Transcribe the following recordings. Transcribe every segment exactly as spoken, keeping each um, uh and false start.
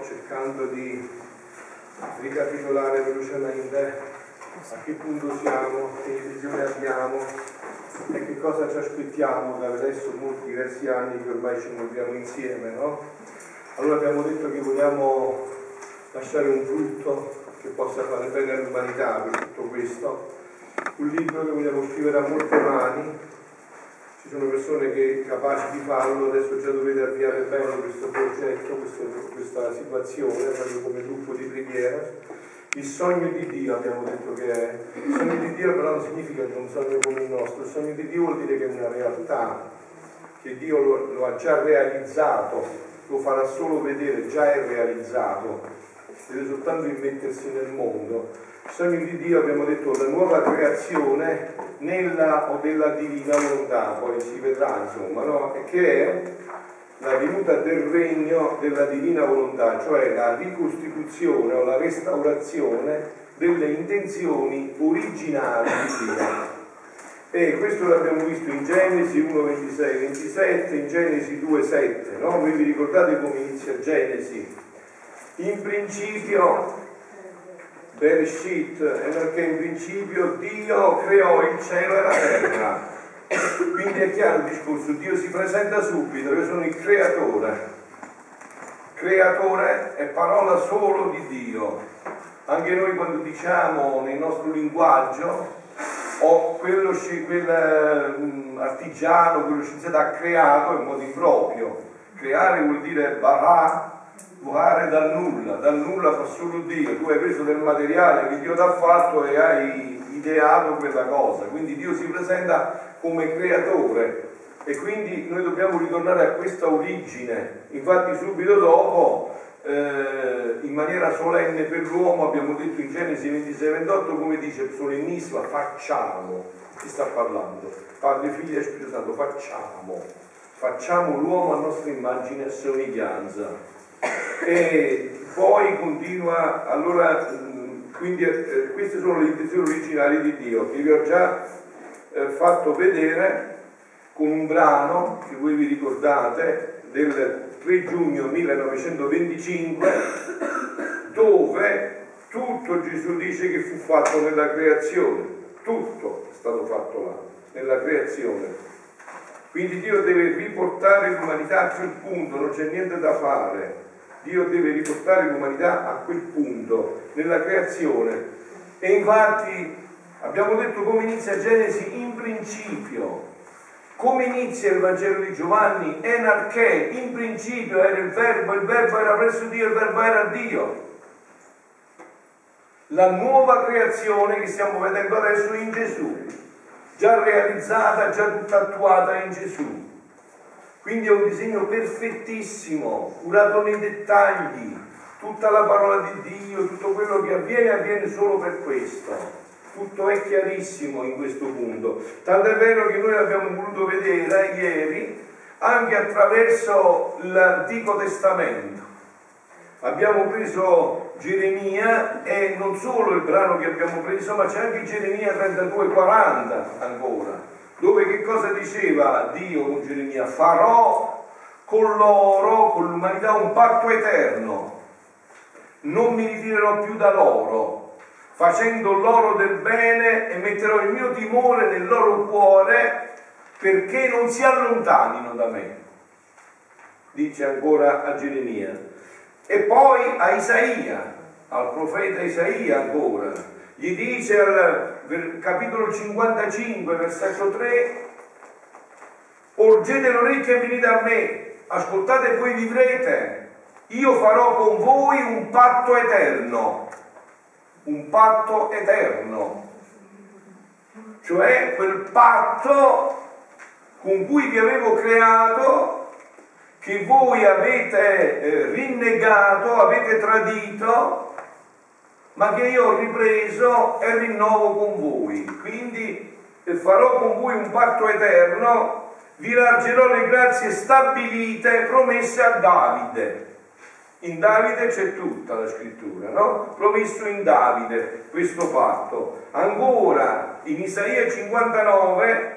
cercando di ricapitolare velocemente a che punto siamo, che visione abbiamo e che cosa ci aspettiamo da adesso molti diversi anni che ormai ci muoviamo insieme, no? Allora abbiamo detto che vogliamo lasciare un frutto che possa fare bene all'umanità per tutto questo, un libro che vogliamo scrivere a molte mani. Ci sono persone che capaci di farlo, adesso già dovete avviare bene questo progetto, questo, questa situazione, proprio come gruppo di preghiera. Il sogno di Dio abbiamo detto che è. Il sogno di Dio però non significa che è un sogno come il nostro, il sogno di Dio vuol dire che è una realtà, che Dio lo, lo ha già realizzato, lo farà solo vedere, già è realizzato, deve soltanto immettersi nel mondo. Il sogno di Dio abbiamo detto la nuova creazione nella o della divina volontà, poi si vedrà insomma, no? E che è la venuta del regno della divina volontà, cioè la ricostituzione o la restaurazione delle intenzioni originali di Dio. E questo l'abbiamo visto in Genesi uno, ventisei, ventisette, in Genesi due, sette, no? Voi vi ricordate come inizia Genesi? In principio Bereshit, è perché in principio Dio creò il cielo e la terra. Quindi è chiaro il discorso, Dio si presenta subito, io sono il creatore. Creatore è parola solo di Dio. Anche noi quando diciamo nel nostro linguaggio, o quello, quel um, artigiano, quello scienziato ha creato in modo improprio. Creare vuol dire barà, fare dal nulla, dal nulla fa solo Dio. Tu hai preso del materiale che Dio ti ha fatto e hai ideato quella cosa, quindi Dio si presenta come creatore e quindi noi dobbiamo ritornare a questa origine. Infatti subito dopo eh, in maniera solenne per l'uomo abbiamo detto in Genesi ventisei ventotto, come dice solennissima, facciamo, chi sta parlando? Padre, Figlio e Spirito Santo, facciamo facciamo l'uomo a nostra immagine e somiglianza. E poi continua, allora, quindi eh, queste sono le intenzioni originali di Dio che vi ho già eh, fatto vedere con un brano che voi vi ricordate del tre giugno millenovecentoventicinque, dove tutto Gesù dice che fu fatto nella creazione, tutto è stato fatto là, nella creazione. Quindi Dio deve riportare l'umanità a quel punto, non c'è niente da fare. Dio deve riportare l'umanità a quel punto, nella creazione. E infatti abbiamo detto come inizia Genesi in principio. Come inizia il Vangelo di Giovanni? Enarché, in principio era il Verbo, il Verbo era presso Dio, il Verbo era Dio. La nuova creazione che stiamo vedendo adesso in Gesù, già realizzata, già tutta attuata in Gesù. Quindi è un disegno perfettissimo, curato nei dettagli, tutta la parola di Dio, tutto quello che avviene, avviene solo per questo. Tutto è chiarissimo in questo punto. Tanto è vero che noi l'abbiamo voluto vedere ieri anche attraverso l'Antico Testamento. Abbiamo preso Geremia e non solo il brano che abbiamo preso, ma c'è anche Geremia trentadue quaranta ancora, dove che cosa diceva Dio con Geremia? Farò con loro, con l'umanità, un patto eterno, non mi ritirerò più da loro, facendo loro del bene e metterò il mio timore nel loro cuore perché non si allontanino da me, dice ancora a Geremia. E poi a Isaia, al profeta Isaia ancora, gli dice al capitolo cinquantacinque, versetto tre, porgete le orecchie e venite a me, ascoltate e voi vivrete, io farò con voi un patto eterno, un patto eterno, cioè quel patto con cui vi avevo creato, che voi avete eh, rinnegato, avete tradito, ma che io ho ripreso e rinnovo con voi. Quindi eh, farò con voi un patto eterno, vi largerò le grazie stabilite, promesse a Davide. In Davide c'è tutta la scrittura, no? Promesso in Davide questo patto. Ancora in Isaia cinquantanove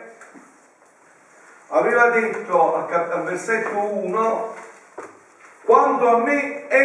aveva detto al versetto uno: quanto a me, ecco la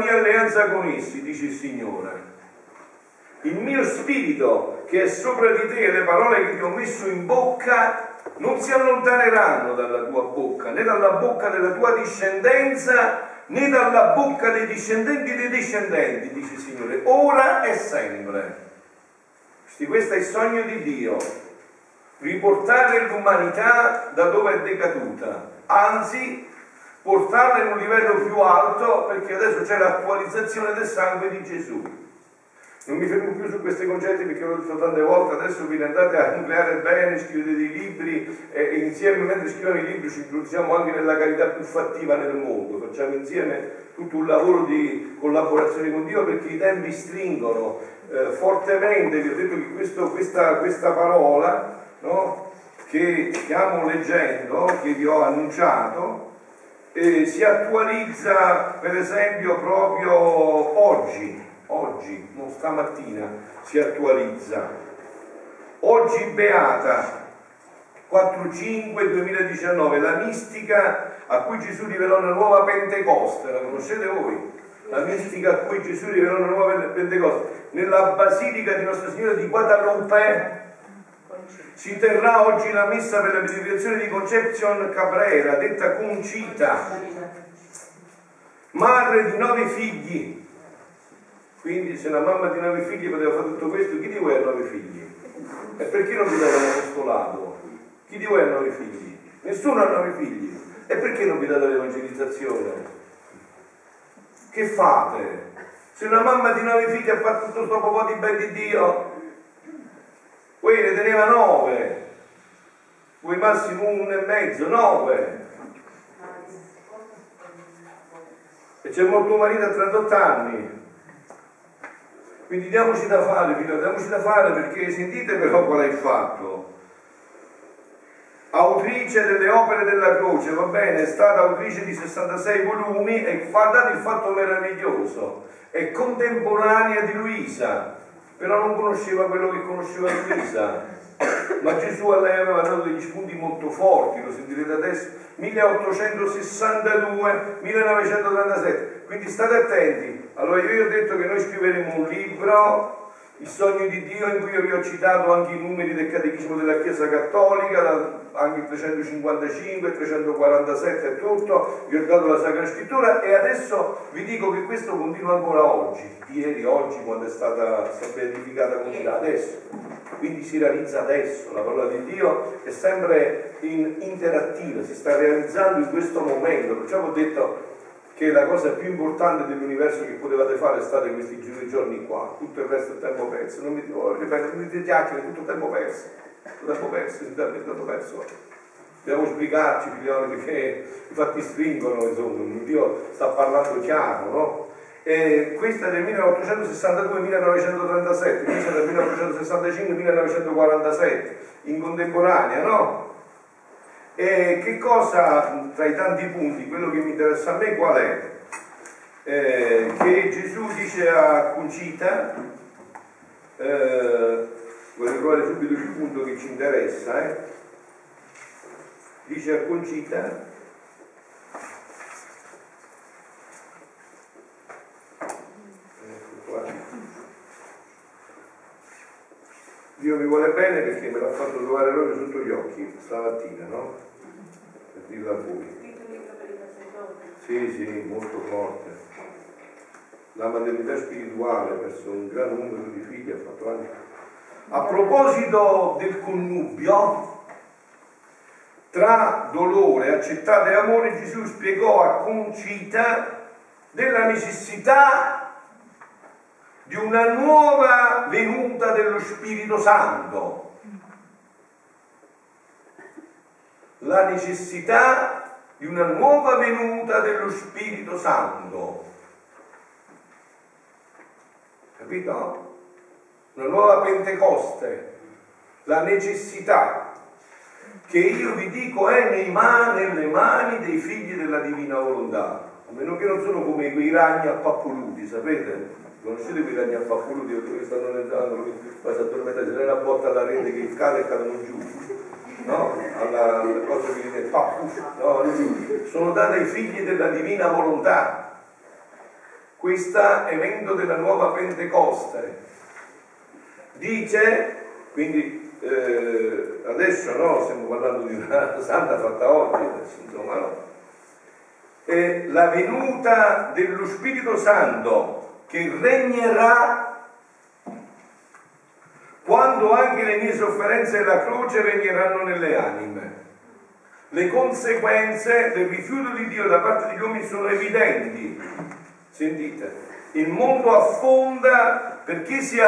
mia alleanza con essi, dice il Signore. Il mio spirito che è sopra di te e le parole che ti ho messo in bocca non si allontaneranno dalla tua bocca, né dalla bocca della tua discendenza, né dalla bocca dei discendenti dei discendenti, dice il Signore, ora e sempre. Questo è il sogno di Dio, riportare l'umanità da dove è decaduta, anzi portarla in un livello più alto, perché adesso c'è l'attualizzazione del sangue di Gesù. Non mi fermo più su questi concetti perché l'ho detto tante volte, adesso vi andate a nucleare bene, scrivete dei libri e insieme, mentre scriviamo i libri, ci introduciamo anche nella carità più fattiva nel mondo, facciamo insieme tutto un lavoro di collaborazione con Dio perché i tempi stringono eh, fortemente. Vi ho detto che questo, questa, questa parola, no, che stiamo leggendo, che vi ho annunciato, eh, si attualizza per esempio proprio oggi. Oggi, non stamattina, si attualizza. Oggi beata, quattro cinque duemiladiciannove, la mistica a cui Gesù rivelò una nuova Pentecoste, la conoscete voi? La mistica a cui Gesù rivelò una nuova Pentecoste. Nella Basilica di Nostra Signora di Guadalupe si terrà oggi la messa per la beatificazione di Concepción Cabrera, detta Concita, madre di nove figli. Quindi se una mamma di nove figli poteva fare tutto questo, chi di voi ha nove figli? E perché non vi date l'apostolato? Chi di voi ha nove figli? Nessuno ha nove figli. E perché non vi date l'evangelizzazione? Che fate? Se una mamma di nove figli ha fatto tutto questo po' di ben di Dio, voi ne teneva nove, voi massimo uno e mezzo, nove. E c'è morto un marito a trentotto anni. Quindi diamoci da fare, figlio, diamoci da fare, perché sentite però qual è il fatto. Autrice delle opere della croce, va bene, è stata autrice di sessantasei volumi e guardate il fatto meraviglioso, è contemporanea di Luisa, però non conosceva quello che conosceva Luisa, ma Gesù a lei aveva dato degli spunti molto forti, lo sentirete adesso, milleottocentosessantadue millenovecentotrentasette, quindi state attenti. Allora io vi ho detto che noi scriveremo un libro, Il sogno di Dio, in cui io vi ho citato anche i numeri del Catechismo della Chiesa Cattolica, anche il trecentocinquantacinque, il trecentoquarantasette e tutto, vi ho dato la Sacra Scrittura e adesso vi dico che questo continua ancora oggi, ieri, oggi, quando è stata beatificata Concita, adesso, quindi si realizza adesso, la parola di Dio è sempre in interattiva, si sta realizzando in questo momento, perciò ho detto che la cosa più importante dell'universo che potevate fare è stare questi due giorni qua, tutto il resto è tempo perso, non mi dico, ripeto, non mi dite chiacchiere, tutto tempo perso, tutto tempo perso, è tempo perso. Dobbiamo sbrigarci, figlioli, perché i fatti stringono, insomma, Dio sta parlando chiaro, no? E questa è del milleottocentosessantadue millenovecentotrentasette, questa è del milleottocentosessantacinque millenovecentoquarantasette, in contemporanea, no? E che cosa, tra i tanti punti, quello che mi interessa a me qual è? Eh, che Gesù dice a Concita, eh, voglio trovare subito il punto che ci interessa, eh? Dice a Concita, ecco qua, Dio mi vuole bene perché me l'ha fatto trovare proprio sotto gli occhi stamattina, no? Per dirlo a voi. Sì, sì, molto forte. La maternità spirituale verso un gran numero di figli ha fatto anche. A proposito del connubio, tra dolore, accettata e amore, Gesù spiegò a Concita della necessità di una nuova venuta dello Spirito Santo, la necessità di una nuova venuta dello Spirito Santo, capito? Una nuova Pentecoste, la necessità che io vi dico è nei mani, nelle mani dei figli della divina volontà, a meno che non sono come quei ragni appappoluti, sapete? Conoscete quei ragni appappoluti che stanno entrando, che poi si addormentano, se ne la botta alla rete che cade e cadono giù, no? Alla, alla cosa che viene pappuff, no? Sono date ai figli della divina volontà. questo evento della nuova Pentecoste. Dice, quindi eh, adesso no, stiamo parlando di una santa fatta oggi, adesso, insomma no, eh, la venuta dello Spirito Santo che regnerà quando anche le mie sofferenze della croce regneranno nelle anime. Le conseguenze del rifiuto di Dio da parte degli uomini sono evidenti. Sentite, il mondo affonda perché si è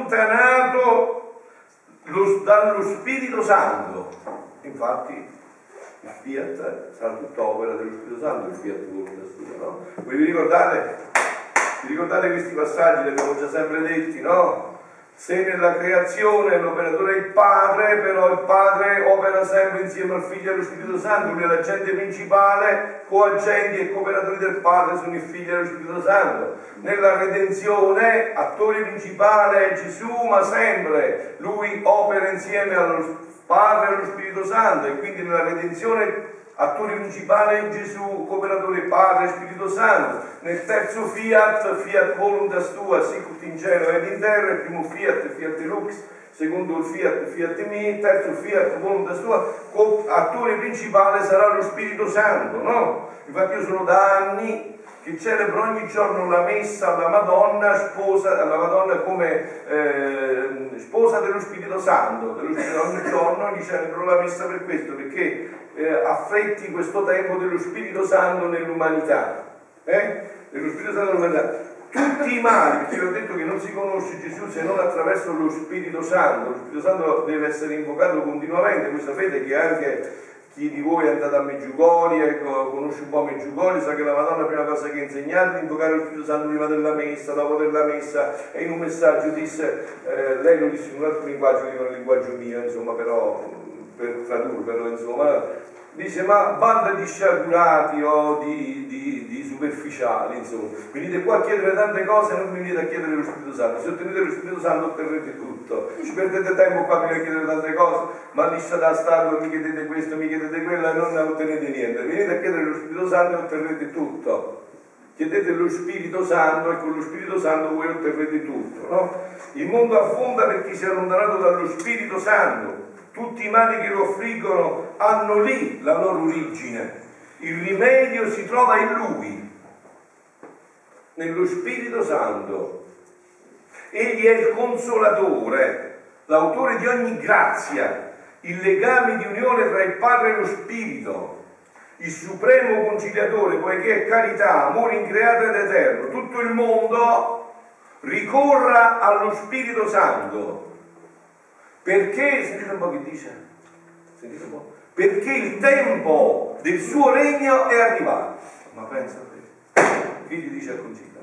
allontanato lo, dallo Spirito Santo. Infatti il Fiat sarà tutta opera dello Spirito Santo, il Fiat voluntas tua, no? Voi vi ricordate? Vi ricordate questi passaggi, li abbiamo già sempre detti, no? Se nella creazione l'operatore è il Padre, però il Padre opera sempre insieme al Figlio e allo Spirito Santo, lui è l'agente principale, coagenti e cooperatori del Padre sono il Figlio e lo Spirito Santo. Nella redenzione, attore principale è Gesù, ma sempre lui opera insieme allo Padre e allo Spirito Santo, e quindi nella redenzione attore principale è Gesù, cooperatore Padre e Spirito Santo. Nel terzo fiat, fiat voluntas tua, sicut in cielo ed in terra, il primo fiat, fiat lux, secondo il fiat, fiat mi, terzo fiat voluntas tua, attore principale sarà lo Spirito Santo, no? Infatti io sono da anni che celebro ogni giorno la messa alla Madonna, sposa, alla Madonna come eh, sposa dello Spirito Santo, dello Spirito, ogni giorno gli celebro la messa per questo, perché eh, affretti questo tempo dello Spirito Santo nell'umanità, eh? dello Spirito Santo nell'umanità. Tutti i mali, perché vi ho detto che non si conosce Gesù se non attraverso lo Spirito Santo, lo Spirito Santo deve essere invocato continuamente. Voi sapete che anche chi di voi è andato a Medjugorje, conosce un po' Medjugorje, sa che la Madonna la prima cosa che ha insegnato è di invocare lo Spirito Santo prima della messa, dopo della messa, e in un messaggio disse, eh, lei lo disse in un altro linguaggio, io nel linguaggio mio, insomma, però per tradurvelo, insomma, dice: ma banda di sciagurati o di, di, di superficiali, insomma, venite qua a chiedere tante cose e non venite a chiedere lo Spirito Santo. Se ottenete lo Spirito Santo otterrete tutto. Ci perdete tempo qua a chiedere tante cose, ma lisciate la statua, mi chiedete questo, mi chiedete quello e non ottenete niente. Venite a chiedere lo Spirito Santo e otterrete tutto. Chiedete lo Spirito Santo e con lo Spirito Santo voi otterrete tutto, no? Il mondo affonda perché si è allontanato dallo Spirito Santo. Tutti i mali che lo affliggono hanno lì la loro origine. Il rimedio si trova in Lui, nello Spirito Santo. Egli è il consolatore, l'autore di ogni grazia, il legame di unione tra il Padre e lo Spirito, il supremo conciliatore, poiché è carità, amore increato ed eterno. Tutto il mondo ricorra allo Spirito Santo. Perché, sentite un po' che dice, sentite un po', perché il tempo del suo regno è arrivato. Ma pensa a te, che gli dice a Concita?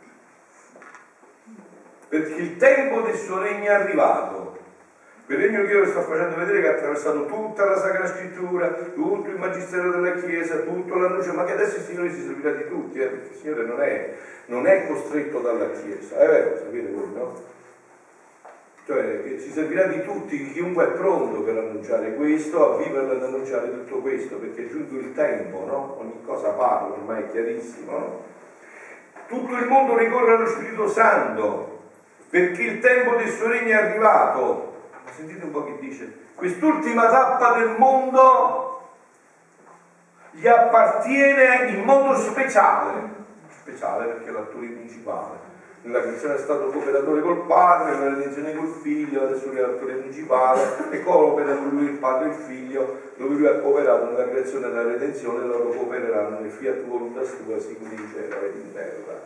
Perché il tempo del suo regno è arrivato. Per il regno che io vi sto facendo vedere, che ha attraversato tutta la Sacra Scrittura, tutto il Magistero della Chiesa, tutto l'annuncio, ma che adesso il Signore si servirà di tutti, eh, perché il Signore non è, non è costretto dalla Chiesa, è vero, sapete voi, no? Cioè che ci servirà di tutti, chiunque è pronto per annunciare questo, a viverlo ed annunciare tutto questo, perché è giunto il tempo, no? Ogni cosa parla, ormai è chiarissimo, no? Tutto il mondo ricorre allo Spirito Santo, perché il tempo del suo regno è arrivato. Ma sentite un po' che dice, quest'ultima tappa del mondo gli appartiene in modo speciale, speciale perché è l'attore principale. Nella creazione è stato cooperatore col Padre, nella redenzione col Figlio, adesso lui è l'attore principale e coopera con lui il Padre e il Figlio, dove lui ha cooperato nella creazione e nella redenzione, loro coopereranno nel fiat voluntas tua, sicut in cielo ed in terra.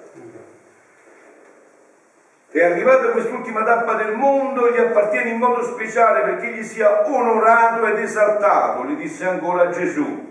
È arrivata quest'ultima tappa del mondo, gli appartiene in modo speciale perché gli sia onorato ed esaltato, gli disse ancora Gesù.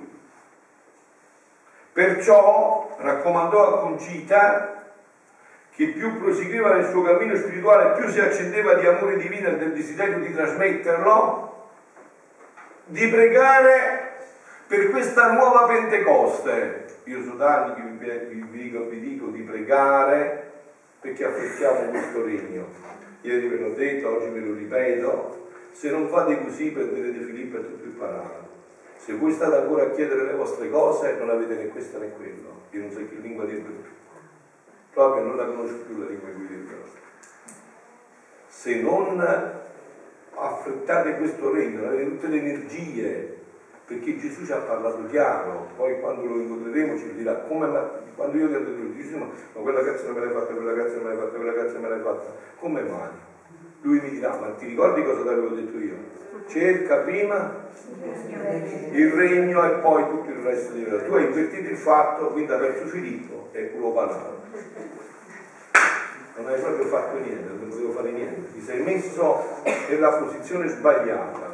Perciò raccomandò a Concita, che più proseguiva nel suo cammino spirituale, più si accendeva di amore divino e del desiderio di trasmetterlo, di pregare per questa nuova Pentecoste. Io so da anni che vi, vi, vi, dico, vi dico di pregare perché affrettiamo questo regno. Ieri ve l'ho detto, oggi ve lo ripeto, se non fate così perderete Filippo e tutto il Panaro. Se voi state ancora a chiedere le vostre cose non avete né questo né quello. Io non so che lingua dirvi. proprio non la conosco più la lingua di Dio. Se non affrettate questo regno, avete tutte le energie, perché Gesù ci ha parlato chiaro, poi quando lo incontreremo ci dirà come, ma, quando io ti ho detto Gesù, ma, ma quella ragazza non me l'hai fatta, quella ragazza non me l'hai fatta, quella ragazza me l'hai fatta, come mai? Lui mi dirà, ma ti ricordi cosa ti avevo detto io? Cerca prima il regno e poi tutto il resto di vita. Tu hai invertito il fatto, quindi ha perso Filippo e quello panato. Non hai proprio fatto niente, non potevo fare niente, ti sei messo nella posizione sbagliata.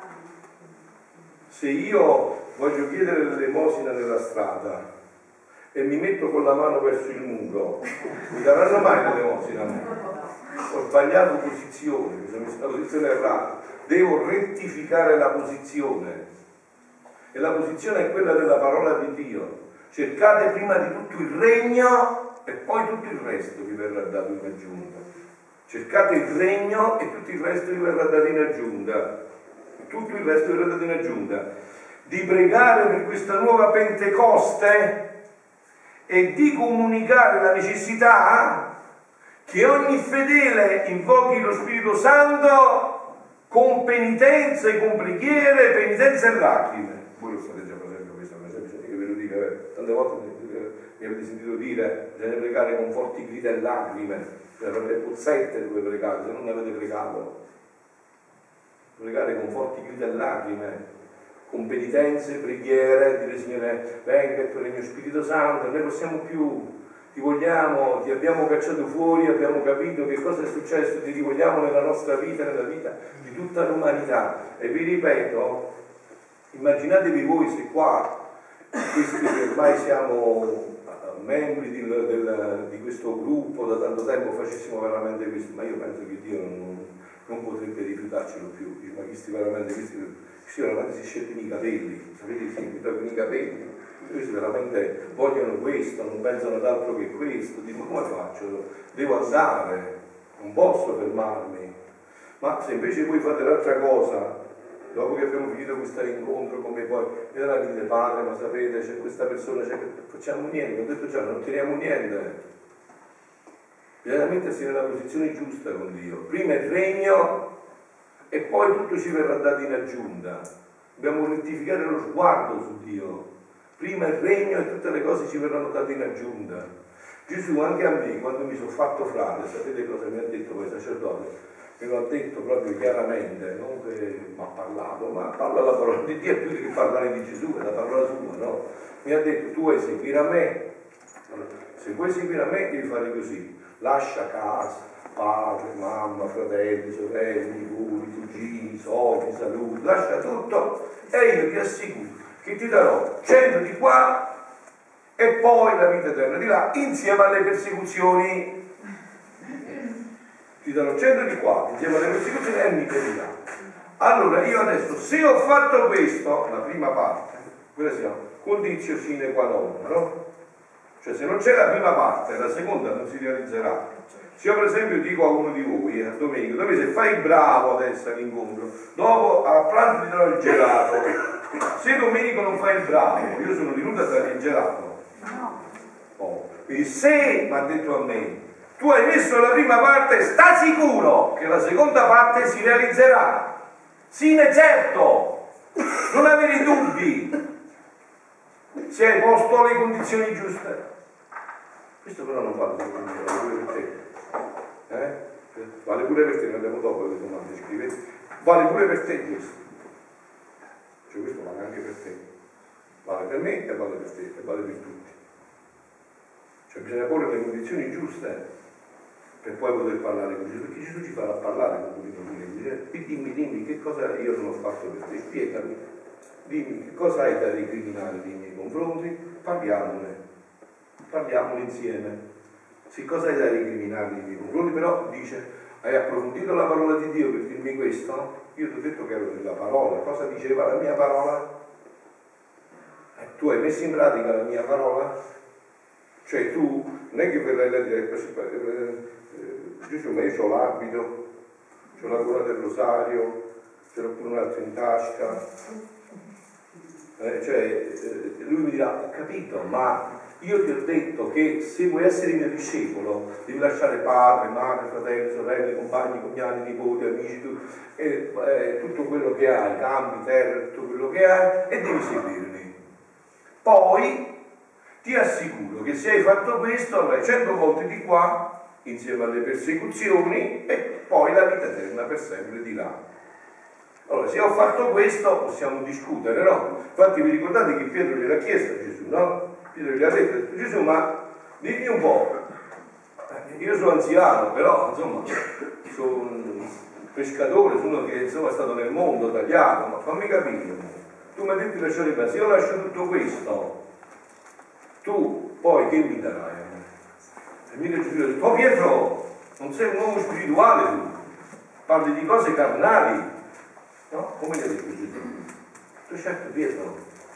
Se io voglio chiedere l'elemosina nella strada e mi metto con la mano verso il muro, mi daranno mai l'elemosina a me? Ho sbagliato posizione, mi sono messo nella posizione errata, devo rettificare la posizione e la posizione è quella della parola di Dio. Cercate prima di tutto il regno e poi tutto il resto vi verrà dato in aggiunta. Cercate il regno e tutto il resto vi verrà dato in aggiunta. Tutto il resto vi verrà dato in aggiunta. Di pregare per questa nuova Pentecoste e di comunicare la necessità che ogni fedele invochi lo Spirito Santo con penitenze, con preghiere, penitenze e lacrime. Voi lo state già facendo questo, per esempio, io ve lo dico, eh, tante volte mi avete sentito dire bisogna pregare con forti grida e lacrime, per le pozzette dove pregate, se non ne avete pregato. Pregare con forti grida e lacrime, con penitenze, preghiere, dire Signore venga il tuo regno Spirito Santo, non ne possiamo più, ti vogliamo, ti abbiamo cacciato fuori, abbiamo capito che cosa è successo, ti rivogliamo nella nostra vita, nella vita di tutta l'umanità. E vi ripeto, immaginatevi voi se qua, questi che ormai siamo membri di, del, di questo gruppo da tanto tempo, facessimo veramente questo, ma io penso che Dio non, non potrebbe rifiutarcelo più. Dice, ma questi veramente, questi, questi veramente si scelgono i capelli, sapete che si tolgono i capelli, questi veramente vogliono questo, non pensano ad altro che questo. Dico, come faccio? Devo andare, non posso fermarmi. Ma se invece voi fate l'altra cosa, dopo che abbiamo finito questo incontro, come poi mi dà dite padre, ma sapete c'è questa persona, c'è, facciamo niente, ho detto già, non otteniamo niente. Bisogna mettersi nella posizione giusta con Dio, prima il regno e poi tutto ci verrà dato in aggiunta. Dobbiamo rettificare lo sguardo su Dio, prima il regno e tutte le cose ci verranno date in aggiunta. Gesù anche a me, quando mi sono fatto frate, sapete cosa mi ha detto quel sacerdote? Me lo ha detto proprio chiaramente, non che mi ha parlato, ma parla la parola di Dio più che parlare di Gesù, è la parola sua, no? Mi ha detto, tu vuoi seguire a me? Se vuoi seguire a me devi fare così, lascia casa, padre, mamma, fratelli, sorelle, nipoti, cugini, soldi, salute, lascia tutto e io ti assicuro che ti darò cento di qua e poi la vita eterna di là, insieme alle persecuzioni. Ti darò cento di qua, insieme alle persecuzioni e mille di là. Allora io adesso, se ho fatto questo, la prima parte, quella si chiama condizio sine qua non, no? Cioè se non c'è la prima parte, la seconda non si realizzerà. Se io per esempio dico a uno di voi, a domenica, dove se fai bravo adesso all'incontro, dopo a pranzo ti darò il gelato. Se domenica non fai il bravo, io sono venuto a dare il gelato. Oh. Quindi se, mi ha detto a me, tu hai messo la prima parte, sta sicuro che la seconda parte si realizzerà. Sine certo, non avere dubbi, se hai posto le condizioni giuste. Questo però non vale solo per me, vale pure per te. Eh? Vale pure per te, ne abbiamo dopo le domande, scrivete. Vale pure per te questo. Cioè questo vale anche per te. Vale per me e vale per te, e vale per tutti. Cioè bisogna porre le condizioni giuste per poi poter parlare con Gesù, perché Gesù ci farà parlare con lui, dice, dimmi, dimmi che cosa io non ho fatto per te, spiegami, dimmi che cosa hai da recriminare nei miei confronti, parliamone, parliamone insieme. Se cosa hai da recriminare nei miei confronti, però dice, hai approfondito la parola di Dio per dirmi questo? Io ti ho detto che ero nella parola, cosa diceva la mia parola? Eh, tu hai messo in pratica la mia parola? Cioè tu non è che verrai a dire eh, Gesù, ma io ho l'abito, ho la cura del rosario, ce l'ho pure un altro in tasca. Eh, cioè eh, lui mi dirà, ho capito, ma io ti ho detto che se vuoi essere mio discepolo devi lasciare padre, madre, fratelli, sorelle, compagni, cognati, nipoti, amici, tu, eh, eh, tutto quello che hai, campi, terre, tutto quello che hai, e devi seguirmi. Poi ti assicuro che se hai fatto questo avrai cento volte di qua insieme alle persecuzioni e poi la vita eterna per sempre di là. Allora, se ho fatto questo possiamo discutere, no? Infatti vi ricordate che Pietro gliel'ha chiesto a Gesù, no? Pietro gli ha detto: Gesù, ma dimmi un po', io sono anziano, però insomma sono un pescatore, sono uno che insomma è stato nel mondo tagliato, ma fammi capire, tu mi hai detto di lasciare il paese, se io lascio tutto questo, tu poi che mi darai? E mica Gesù ha detto: oh Pietro, non sei un uomo spirituale tu, parli di cose carnali, no? Come gli ha detto Gesù? Tu certo Pietro,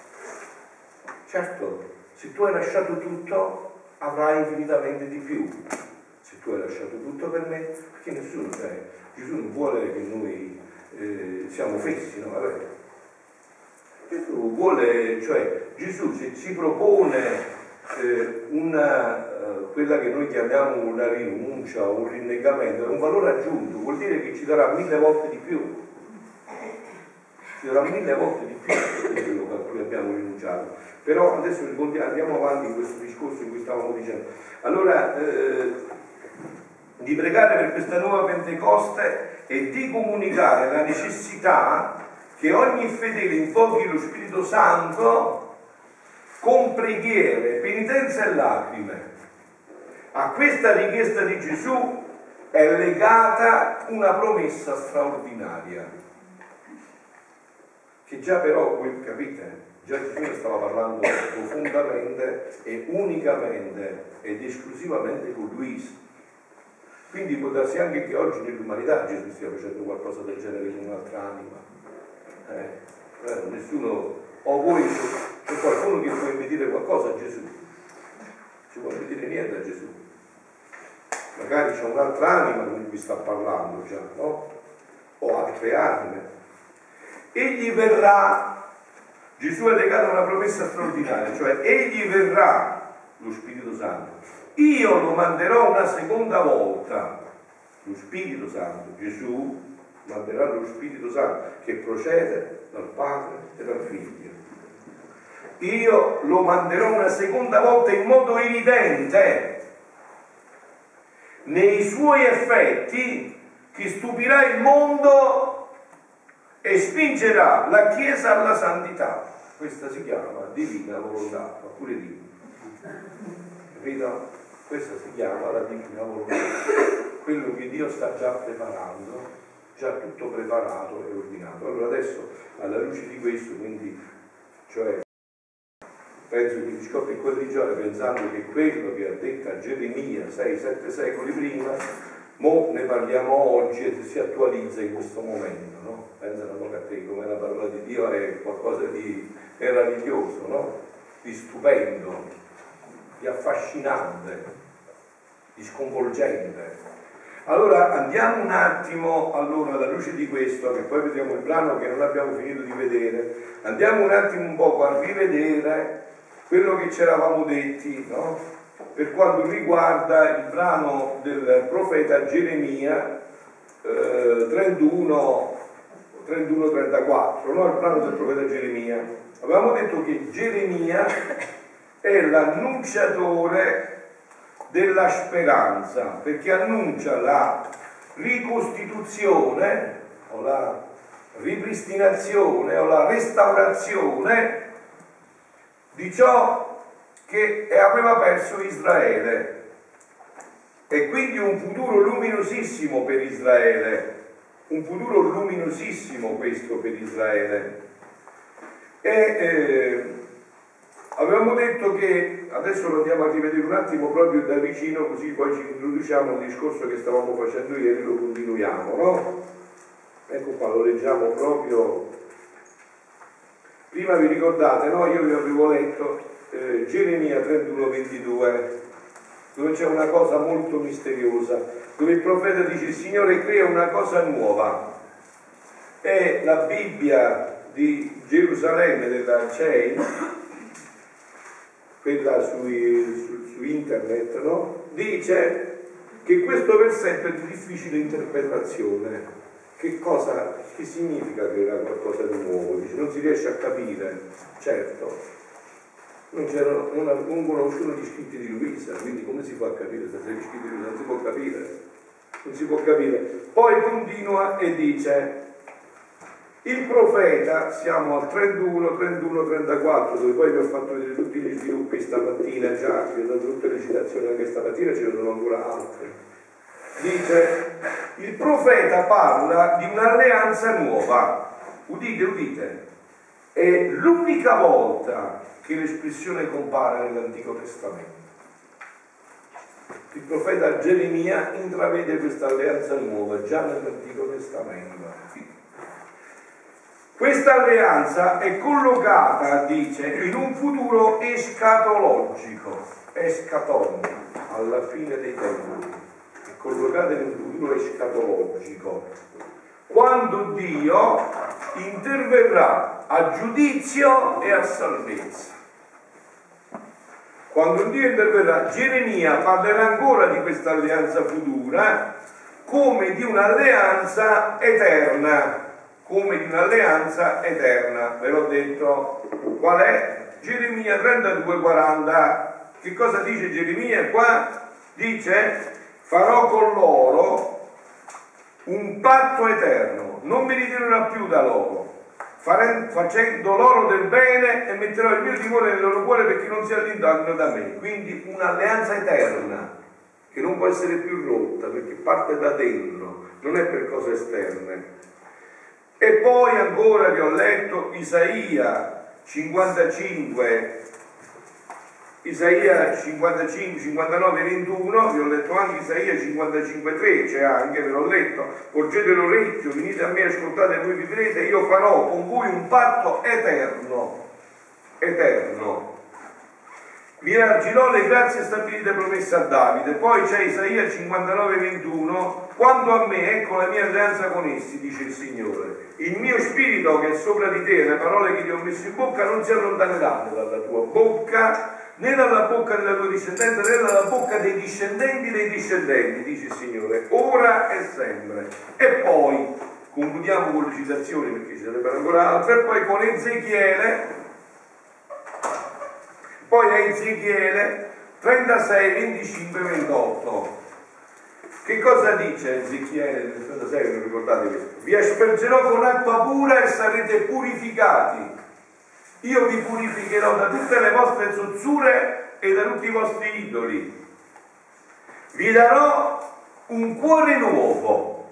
certo, se tu hai lasciato tutto avrai infinitamente di più. Se tu hai lasciato tutto per me, perché nessuno, cioè, Gesù non vuole che noi eh, siamo fessi, no? Vabbè. Gesù vuole, cioè, Gesù se ci propone eh, una, eh, quella che noi chiamiamo una rinuncia o un rinnegamento, è un valore aggiunto, vuol dire che ci darà mille volte di più. Ci darà mille volte di più di quello a cui abbiamo rinunciato. Però adesso andiamo avanti in questo discorso in cui stavamo dicendo. Allora, eh, di pregare per questa nuova Pentecoste e di comunicare la necessità che ogni fedele invochi lo Spirito Santo con preghiere, penitenza e lacrime. A questa richiesta di Gesù è legata una promessa straordinaria, che già però, voi capite, già Gesù stava parlando profondamente e unicamente ed esclusivamente con Luisa. Quindi può darsi anche che oggi nell'umanità Gesù stia facendo qualcosa del genere con un'altra anima. Eh, eh, nessuno, o voi, c'è qualcuno che può impedire qualcosa a Gesù? Ci può impedire niente a Gesù. Magari c'è un'altra anima con cui sta parlando già, no? O altre anime. Egli verrà, Gesù è legato a una promessa straordinaria, cioè egli verrà, lo Spirito Santo. Io lo manderò una seconda volta, lo Spirito Santo. Gesù manderà lo Spirito Santo che procede dal Padre e dal Figlio. Io lo manderò una seconda volta in modo evidente nei suoi effetti, che stupirà il mondo e spingerà la Chiesa alla santità. Questa si chiama divina volontà, ma pure Dio. Capito? Questa si chiama la divina volontà. Quello che Dio sta già preparando, già tutto preparato e ordinato. Allora adesso, alla luce di questo, quindi, cioè, penso che gli scopri quel regione pensando che quello che ha detto a Geremia sei sette secoli prima, mo ne parliamo oggi e si attualizza in questo momento, no? Pensa un po' a te, come la parola di Dio è qualcosa di meraviglioso, no? Di stupendo, di affascinante, di sconvolgente. Allora andiamo un attimo, allora, alla luce di questo, che poi vediamo il brano che non abbiamo finito di vedere, andiamo un attimo un poco a rivedere quello che ci eravamo detti, no? Per quanto riguarda il brano del profeta Geremia eh, trentuno trentaquattro, no? Il brano del profeta Geremia. Avevamo detto che Geremia è l'annunciatore della speranza, perché annuncia la ricostituzione o la ripristinazione o la restaurazione di ciò che aveva perso Israele, e quindi un futuro luminosissimo per Israele, un futuro luminosissimo questo per Israele. E eh, avevamo detto che, adesso lo andiamo a rivedere un attimo proprio da vicino, così poi ci introduciamo al discorso che stavamo facendo ieri, lo continuiamo, no? Ecco qua, lo leggiamo proprio. Prima vi ricordate, no? Io vi avevo letto eh, Geremia trentuno ventidue, dove c'è una cosa molto misteriosa, dove il profeta dice: il Signore crea una cosa nuova. È la Bibbia di Gerusalemme della C E I, quella sui, su, su internet, no? Dice che questo versetto è di difficile interpretazione. Che cosa, che significa che era qualcosa di nuovo? Dice, non si riesce a capire, certo, non, non, non conoscono gli scritti di Luisa, quindi come si fa a capire se sei gli scritti di Luisa? Non si può capire, non si può capire. Poi continua e dice, il profeta, siamo al trentuno, trentuno, trentaquattro, dove poi vi ho fatto vedere tutti gli sviluppi stamattina, già vi ho dato tutte le citazioni anche stamattina, ce ne sono ancora altre. Dice, il profeta parla di un'alleanza nuova, udite, udite, è l'unica volta che l'espressione compare nell'Antico Testamento. Il profeta Geremia intravede questa alleanza nuova già nell'Antico Testamento. Questa alleanza è collocata, dice, in un futuro escatologico, escaton, alla fine dei tempi. Collocate in un futuro escatologico, quando Dio interverrà a giudizio e a salvezza. Quando Dio interverrà, Geremia parlerà ancora di questa alleanza futura come di un'alleanza eterna, come di un'alleanza eterna. Ve l'ho detto, qual è? Geremia trentadue quaranta. Che cosa dice Geremia qua? Dice: farò con loro un patto eterno, non mi ritirerò più da loro, facendo loro del bene e metterò il mio timore nel loro cuore perché non si allontanino da me. Quindi un'alleanza eterna che non può essere più rotta perché parte da dentro, non è per cose esterne. E poi ancora vi ho letto Isaia cinquantacinque, Isaia cinquantacinque, cinquantanove, ventuno, vi ho letto anche Isaia cinquantacinque tre, c'è anche, ve l'ho letto, porgete l'orecchio, venite a me, ascoltate, voi vivrete, io farò con voi un patto eterno, eterno. Vi argirò le grazie stabilite promesse a Davide. Poi c'è Isaia cinquantanove ventuno, quanto a me, ecco la mia alleanza con essi, dice il Signore. Il mio spirito che è sopra di te, le parole che ti ho messo in bocca non si allontaneranno dalla tua bocca, né dalla bocca della tua discendenza, né dalla bocca dei discendenti dei discendenti, dice il Signore, ora e sempre. E poi, concludiamo con le citazioni perché ci sarebbero ancora altre, e poi con Ezechiele, poi a Ezechiele trentasei, venticinque, ventotto. Che cosa dice Ezechiele nel trentasei, non ricordate questo? Vi aspergerò con acqua pura e sarete purificati. Io vi purificherò da tutte le vostre zozzure e da tutti i vostri idoli. Vi darò un cuore nuovo.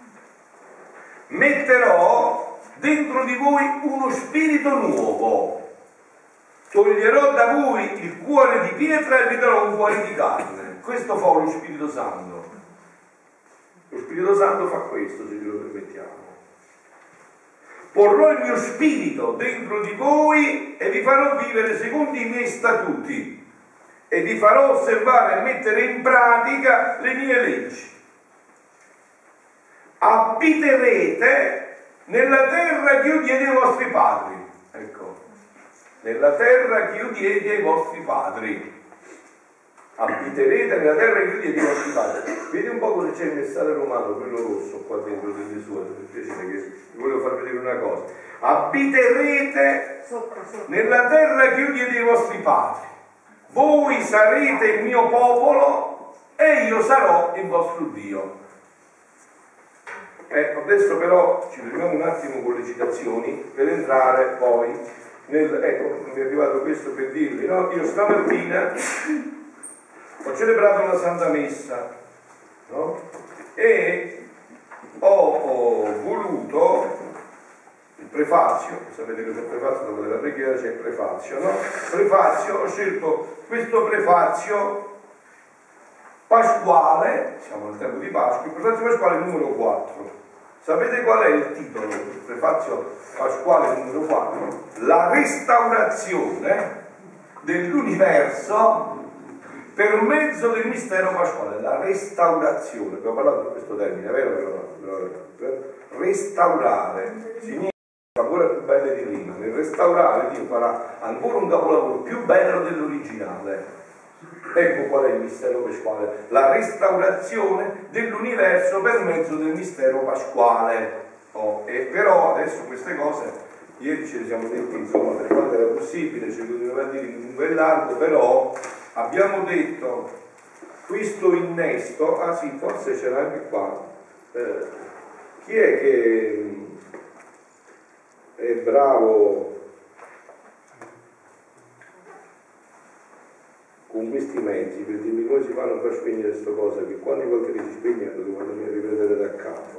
Metterò dentro di voi uno spirito nuovo. Toglierò da voi il cuore di pietra e vi darò un cuore di carne. Questo fa lo Spirito Santo. Lo Spirito Santo fa questo, se ve lo permettiamo. Porrò il mio spirito dentro di voi e vi farò vivere secondo i miei statuti e vi farò osservare e mettere in pratica le mie leggi. Abiterete nella terra che io diedi ai vostri padri. Ecco, nella terra che io diedi ai vostri padri. Abiterete nella terra che io diedi ai vostri padri. Vedi un po' cosa c'è il messaggio romano, quello rosso qua dentro delle sue, per piacere, che vi volevo far vedere una cosa. Abiterete nella terra che io diedi ai vostri padri. Voi sarete il mio popolo e io sarò il vostro Dio. Ecco, adesso però ci fermiamo un attimo con le citazioni per entrare poi nel... Ecco, mi è arrivato questo per dirvi, no? Io stamattina ho celebrato una Santa Messa, no? E ho, ho voluto il prefazio, sapete che c'è il prefazio, dopo della preghiera c'è il prefazio, no? Prefazio, ho scelto questo prefazio pasquale, siamo nel tempo di Pasqua, il prefazio pasquale numero quattro. Sapete qual è il titolo del prefazio pasquale numero quattro? La restaurazione dell'universo per mezzo del mistero pasquale. La restaurazione, abbiamo parlato di questo termine, vero? Restaurare significa ancora più bello restaurare di prima. Nel restaurare Dio farà ancora un capolavoro più bello dell'originale. Ecco qual è il mistero pasquale, la restaurazione dell'universo per mezzo del mistero pasquale. Oh, e però adesso queste cose, ieri ce le siamo detti, insomma, per quanto era possibile, ci continuiamo a dire in lungo e largo, però abbiamo detto questo innesto, ah sì, forse c'era anche qua, eh, chi è che è bravo con questi mezzi per dirmi come si fanno a far spegnere questa cosa, che quando qualche si spegne lo devo andare a riprendere da capo.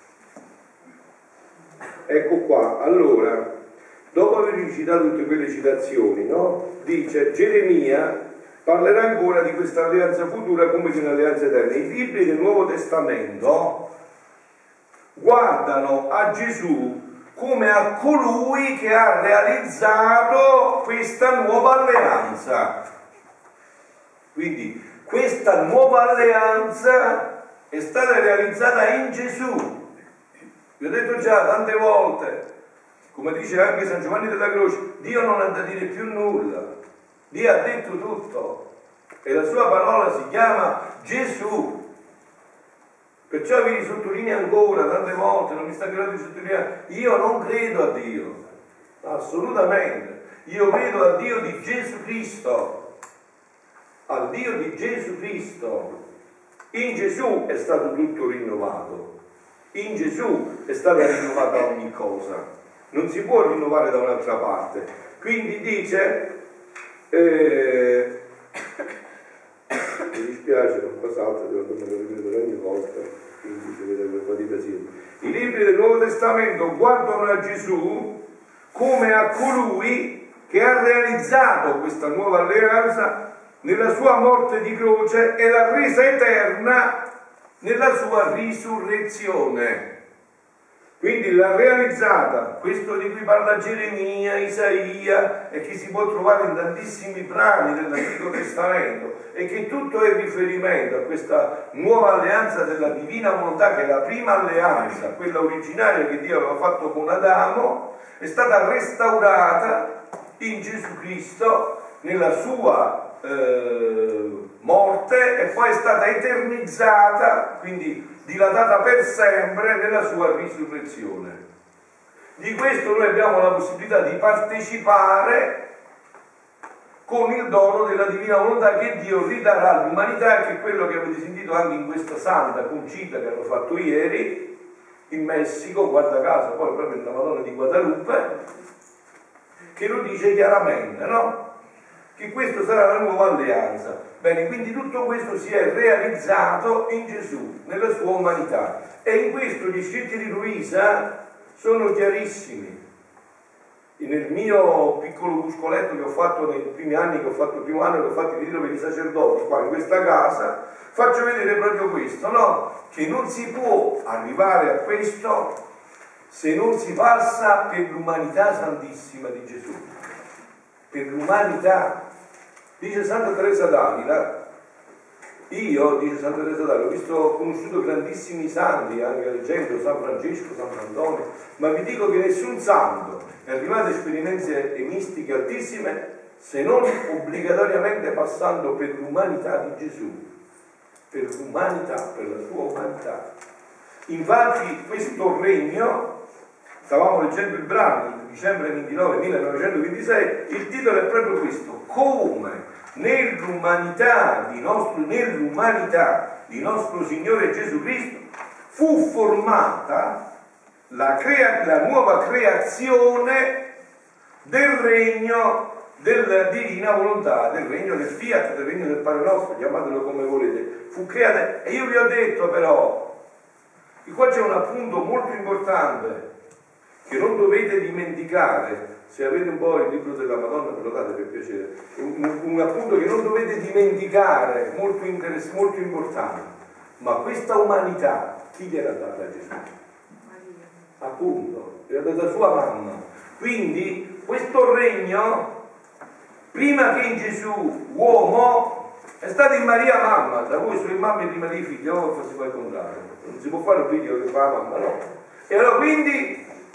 Ecco qua, allora, dopo aver citato tutte quelle citazioni, no? Dice Geremia parlerà ancora di questa alleanza futura come di un'alleanza eterna. I libri del Nuovo Testamento guardano a Gesù come a colui che ha realizzato questa nuova alleanza. Quindi questa nuova alleanza è stata realizzata in Gesù. Vi ho detto già tante volte, come dice anche San Giovanni della Croce, Dio non ha da dire più nulla, Dio ha detto tutto e la sua parola si chiama Gesù. Perciò vi sottolineo ancora tante volte, non mi sta grado di sottolineare, io non credo a Dio, assolutamente, io credo al Dio di Gesù Cristo, al Dio di Gesù Cristo. In Gesù è stato tutto rinnovato. In Gesù è stata rinnovata ogni cosa, non si può rinnovare da un'altra parte. Quindi dice, eh, mi dispiace, qualcos'altro devo tornare a ripetere ogni volta, quindi si vede quel po' di casino. I libri del Nuovo Testamento guardano a Gesù come a colui che ha realizzato questa nuova alleanza nella sua morte di croce e l'ha resa eterna nella sua risurrezione. Quindi l'ha realizzata, questo di cui parla Geremia, Isaia e che si può trovare in tantissimi brani dell'Antico Testamento, e che tutto è riferimento a questa nuova alleanza della divina volontà, che è la prima alleanza, quella originaria che Dio aveva fatto con Adamo, è stata restaurata in Gesù Cristo nella sua eh, morte e poi è stata eternizzata, quindi dilatata per sempre nella sua risurrezione. Di questo noi abbiamo la possibilità di partecipare con il dono della divina volontà che Dio ridarà all'umanità, che è quello che avete sentito anche in questa santa concita che hanno fatto ieri in Messico, guarda caso, poi proprio nella Madonna di Guadalupe, che lo dice chiaramente, no? Che questa sarà la nuova alleanza. Bene, quindi tutto questo si è realizzato in Gesù, nella sua umanità. E in questo gli scritti di Luisa sono chiarissimi. Nel mio piccolo muscoletto che ho fatto nei primi anni, che ho fatto il primo anno che ho fatto il ritiro per i sacerdoti qua in questa casa, faccio vedere proprio questo, no? Che non si può arrivare a questo se non si passa per l'umanità santissima di Gesù. Per l'umanità. Dice Santa Teresa d'Avila, io, dice Santa Teresa d'Avila, ho visto, ho conosciuto grandissimi santi, anche leggendo San Francesco, San Antonio, ma vi dico che nessun santo è arrivato a esperienze mistiche altissime se non obbligatoriamente passando per l'umanità di Gesù, per l'umanità, per la sua umanità. Infatti questo regno, stavamo leggendo il brano, dicembre ventinove millenovecentoventisei, il titolo è proprio questo: come nell'umanità di nostro, nell'umanità di nostro Signore Gesù Cristo fu formata la, crea, la nuova creazione del regno della divina volontà, del regno del Fiat, del regno del Padre nostro, chiamatelo come volete. Fu creata, e io vi ho detto però che qua c'è un appunto molto importante che non dovete dimenticare. Se avete un po' il libro della Madonna, ve lo date per piacere, un, un appunto che non dovete dimenticare, molto, interess- molto importante. Ma questa umanità chi gliel'ha data a Gesù? Maria. Appunto, gliel'ha data sua mamma. Quindi questo regno, prima che in Gesù uomo, è stato in Maria mamma. Da voi sulle mamme prima dei figli, o si fa il contrario, non si può fare un figlio che fa la mamma, no. E allora quindi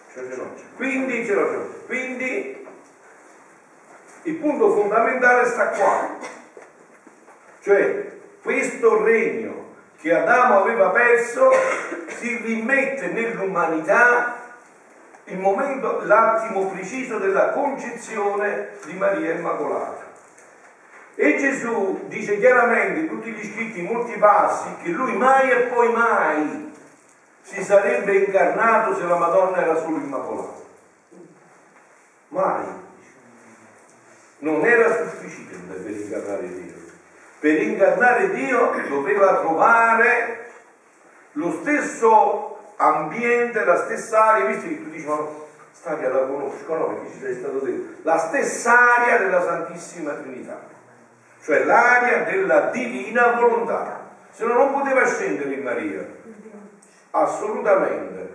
Quindi, ce l'ho, quindi il punto fondamentale sta qua, cioè questo regno che Adamo aveva perso si rimette nell'umanità il momento, l'attimo preciso della concezione di Maria Immacolata. E Gesù dice chiaramente in tutti gli scritti, in molti passi, che lui mai e poi mai si sarebbe incarnato se la Madonna era solo Immacolata. Mai. Non era sufficiente per incarnare Dio. Per incarnare Dio doveva trovare lo stesso ambiente, la stessa aria, visto che tu dici, ma questa aria la conosco, no? Perché ci sei stato detto. La stessa aria della Santissima Trinità, cioè l'aria della divina volontà. Se no non poteva scendere in Maria, assolutamente.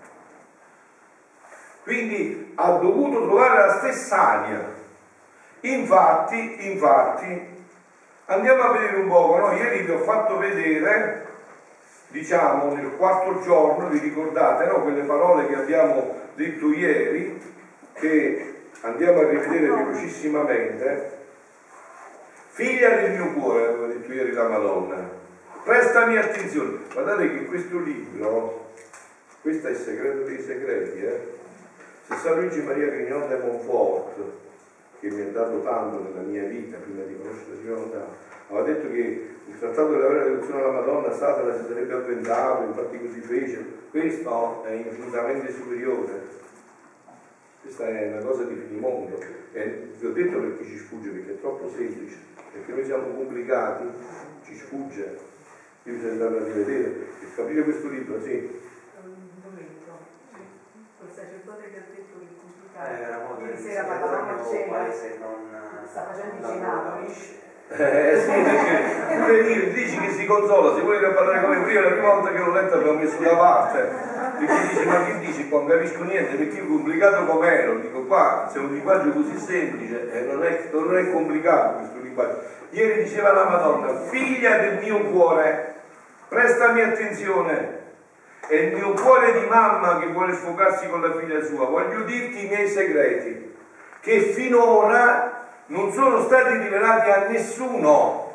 Quindi ha dovuto trovare la stessa aria. Infatti, infatti, andiamo a vedere un po', no? Ieri vi ho fatto vedere, diciamo nel quarto giorno, vi ricordate, no? Quelle parole che abbiamo detto ieri, che andiamo a rivedere velocissimamente. Figlia del mio cuore, aveva detto ieri la Madonna, prestami attenzione. Guardate che questo libro, questo è il segreto dei segreti, eh? Se San Luigi Maria Grignon de Montfort, che mi ha dato tanto nella mia vita prima di conoscere la Divina, aveva detto che il trattato della vera devozione alla Madonna Satana si sarebbe avventato, infatti così fece. Questo è infinitamente superiore. Questa è una cosa di finimondo. E vi ho detto perché ci sfugge, perché è troppo semplice, perché noi siamo complicati, ci sfugge. Io bisogna andare a rivedere. Per capire questo libro, sì. Ieri sera parlavamo a cena, sta facendo i cenacoli. Eh sì, perché pure io dici che si consola, se volete parlare come prima, la prima volta che l'ho letto l'ho messo da parte, perché dici, ma che dici qua, non capisco niente, perché io complicato com'ero, dico qua, se è un linguaggio così semplice, eh, non, è, non è complicato questo linguaggio. Ieri diceva la Madonna, figlia del mio cuore, prestami attenzione. È il mio cuore di mamma che vuole sfogarsi con la figlia sua. Voglio dirti i miei segreti, che finora non sono stati rivelati a nessuno,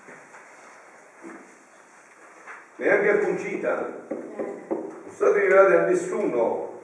neanche a Concita, non sono stati rivelati a nessuno,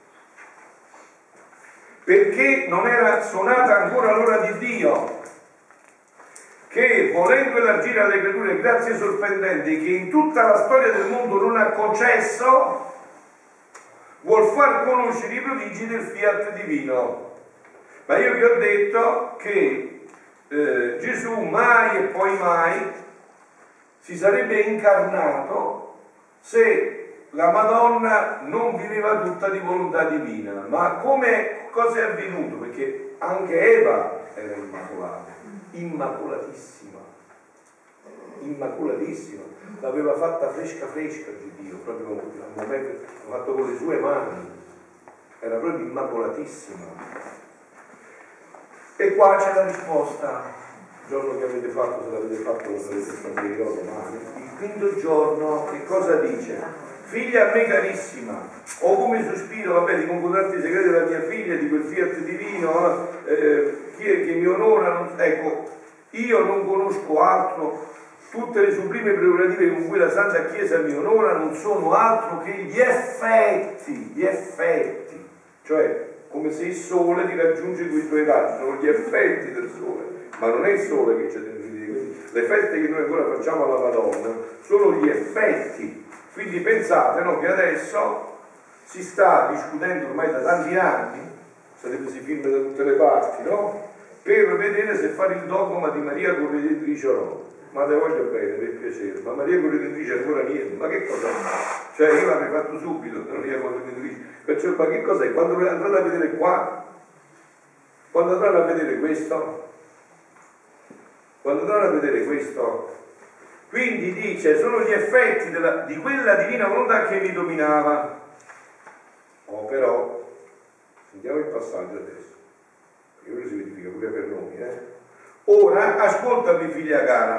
perché non era suonata ancora l'ora di Dio, che volendo elargire alle creature grazie sorprendenti che in tutta la storia del mondo non ha concesso, vuol far conoscere i prodigi del fiat divino. Ma io vi ho detto che eh, Gesù mai e poi mai si sarebbe incarnato se la Madonna non viveva tutta di volontà divina. Ma come cosa è avvenuto? Perché anche Eva era immacolata. Immacolatissima, immacolatissima, l'aveva fatta fresca fresca di Dio, proprio al momento, l'ha fatto con le sue mani, era proprio immacolatissima. E qua c'è la risposta, il giorno che avete fatto, se l'avete fatto lo sarete stabilito domani, il quinto giorno, che cosa dice? Figlia a me carissima, o come sospiro, vabbè, di confondarti i segreti della mia figlia, di quel fiat divino, eh, chi è che mi onora, ecco, io non conosco altro, tutte le sublime prerogative con cui la Santa Chiesa mi onora non sono altro che gli effetti, gli effetti, cioè come se il sole ti raggiunge con i suoi raggi, sono gli effetti del sole, ma non è il sole che c'è dentro di te, le feste che noi ancora facciamo alla Madonna sono gli effetti. Quindi pensate, no, che adesso si sta discutendo ormai da tanti anni, sarebbe si filma da tutte le parti, no? Per vedere se fare il dogma di Maria Corredentrice o no. Ma te voglio bene, per piacere, ma Maria Corredentrice ancora niente, ma che cos'è? Cioè io l'avrei fatto subito, Maria Corredentrice, perciò ma che cos'è? Quando andrete a vedere qua? Quando andranno a vedere questo? Quando andranno a vedere questo? Quindi dice, sono gli effetti della, di quella divina volontà che mi dominava. Oh, però, sentiamo il passaggio adesso, perché quello si verifica pure per noi. Eh? Ora, ascoltami figlia cara,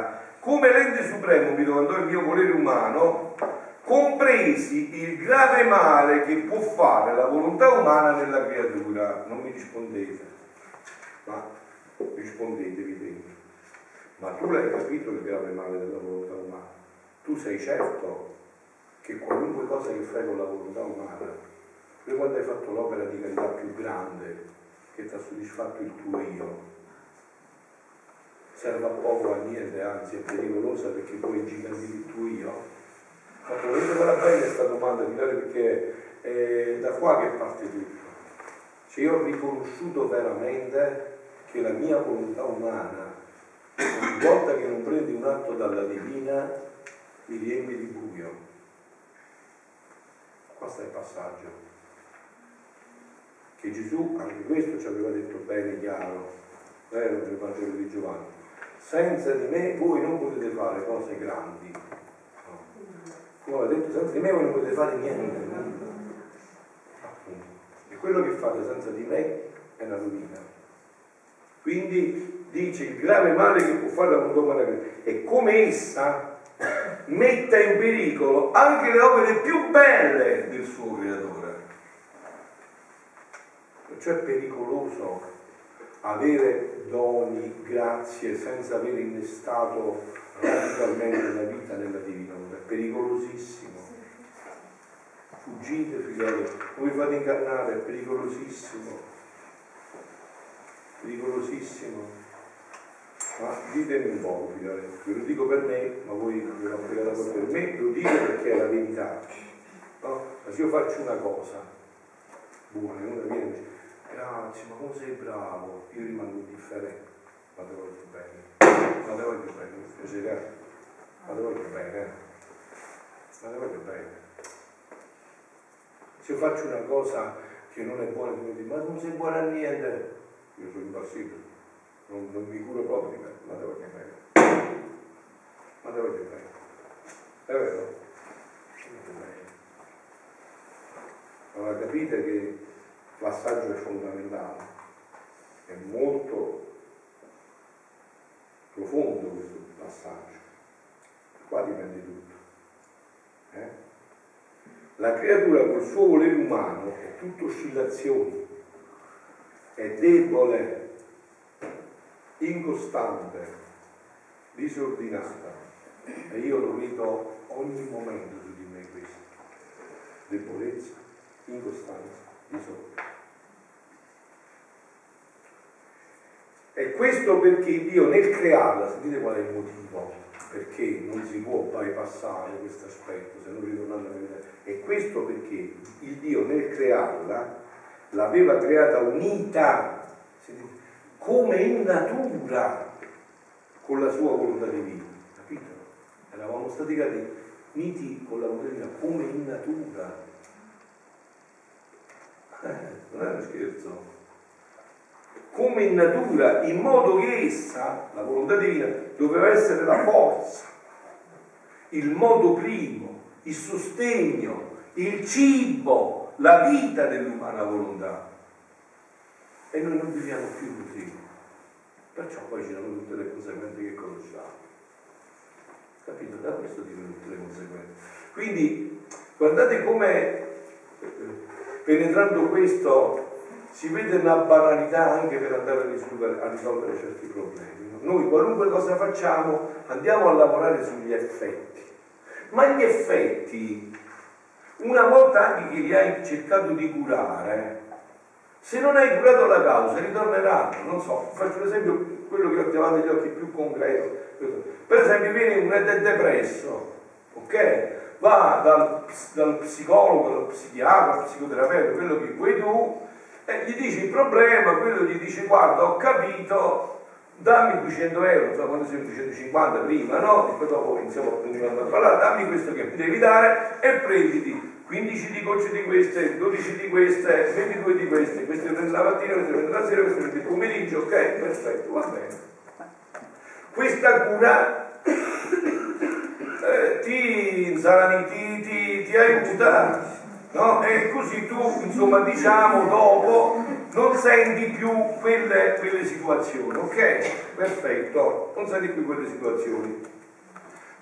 come l'ente supremo, mi domandò il mio volere umano, compresi il grave male che può fare la volontà umana nella creatura. Non mi rispondete, ma rispondetevi dentro. Ma tu l'hai capito il grave male della volontà umana? Tu sei certo che qualunque cosa che fai con la volontà umana, poi quando hai fatto l'opera di carità più grande che ti ha soddisfatto il tuo io, serve a poco, a niente, anzi è pericolosa perché poi ingigantire il tuo io. Ma probabilmente quella bella è stata domanda di dare, perché è da qua che parte tutto. Cioè io ho riconosciuto veramente che la mia volontà umana, ogni volta che non prendi un atto dalla divina, mi riempie di buio. Questo è il passaggio che Gesù, anche questo ci aveva detto bene chiaro, vero, nel Vangelo di Giovanni: senza di me voi non potete fare cose grandi. No. Come aveva detto, senza di me voi non potete fare niente. Appunto. E quello che fate senza di me è una rovina. Quindi dice il grave male che può fare la volontà umana è come essa metta in pericolo anche le opere più belle del suo creatore. Perciò è pericoloso avere doni, grazie, senza aver innestato radicalmente la vita nella divina volontà. È pericolosissimo. Fuggite, figlioli, non vi fate ingannare, è pericolosissimo. Pericolosissimo. Ma ditemi un po', figlioli, ve lo dico per me, ma voi ve l'ho spiegato per me, lo dico perché è la verità. No? Ma se io faccio una cosa buona, uno viene e dice grazie, ma come sei bravo, io rimango indifferente, ma te voglio bene, ma te voglio bene, mi piacerebbe, ma te voglio bene, ma te voglio bene. Se io faccio una cosa che non è buona, mi dico, ma non sei buona a niente, io sono impassibile, non, non mi curo proprio di me, ma te voglio bene, ma te voglio bene, è vero? Allora capite che il passaggio è fondamentale, è molto profondo questo passaggio, qua dipende tutto. Eh? La creatura col suo volere umano è tutto oscillazioni, è debole, incostante, disordinata, e io lo vedo ogni momento su di me questo: debolezza, incostanza, disordine. E questo perché Dio nel crearla, sentite qual è il motivo perché non si può bypassare questo aspetto, se non ritornando alla verità. E questo perché il Dio nel crearla l'aveva creata unita, sentite, come in natura con la sua volontà divina, capito? Eravamo stati creati uniti con la volontà divina come in natura. Eh, non è uno scherzo. Come in natura, in modo che essa, la volontà divina, doveva essere la forza, il modo primo, il sostegno, il cibo, la vita dell'umana volontà. E noi non viviamo più così. Perciò poi ci sono tutte le conseguenze che conosciamo. Capito? Da questo dicono tutte le conseguenze. Quindi, guardate come, penetrando questo, si vede una banalità anche per andare a risolvere, a risolvere certi problemi. Noi qualunque cosa facciamo andiamo a lavorare sugli effetti, ma gli effetti, una volta anche che li hai cercato di curare, se non hai curato la causa ritorneranno. Non so, faccio un esempio, quello che ho davanti agli occhi più concreto. Per esempio viene uno ed è depresso, ok? Va dal, dal psicologo, dal psichiatra, dal psicoterapeuta, quello che vuoi tu, e gli dici il problema, quello gli dice guarda ho capito, dammi duecento euro, so quando sono duecentocinquanta prima, no? E poi dopo iniziamo a parlare, dammi questo che mi devi dare e prenditi quindici di gocce di queste, dodici di queste, ventidue di queste, queste prendi la mattina, queste prendi la sera, queste prendi il pomeriggio, ok? Perfetto, va bene. Questa cura eh, ti, ti, ti, ti aiuta. No? E così tu, insomma, diciamo, dopo non senti più quelle, quelle situazioni, ok? Perfetto, non senti più quelle situazioni.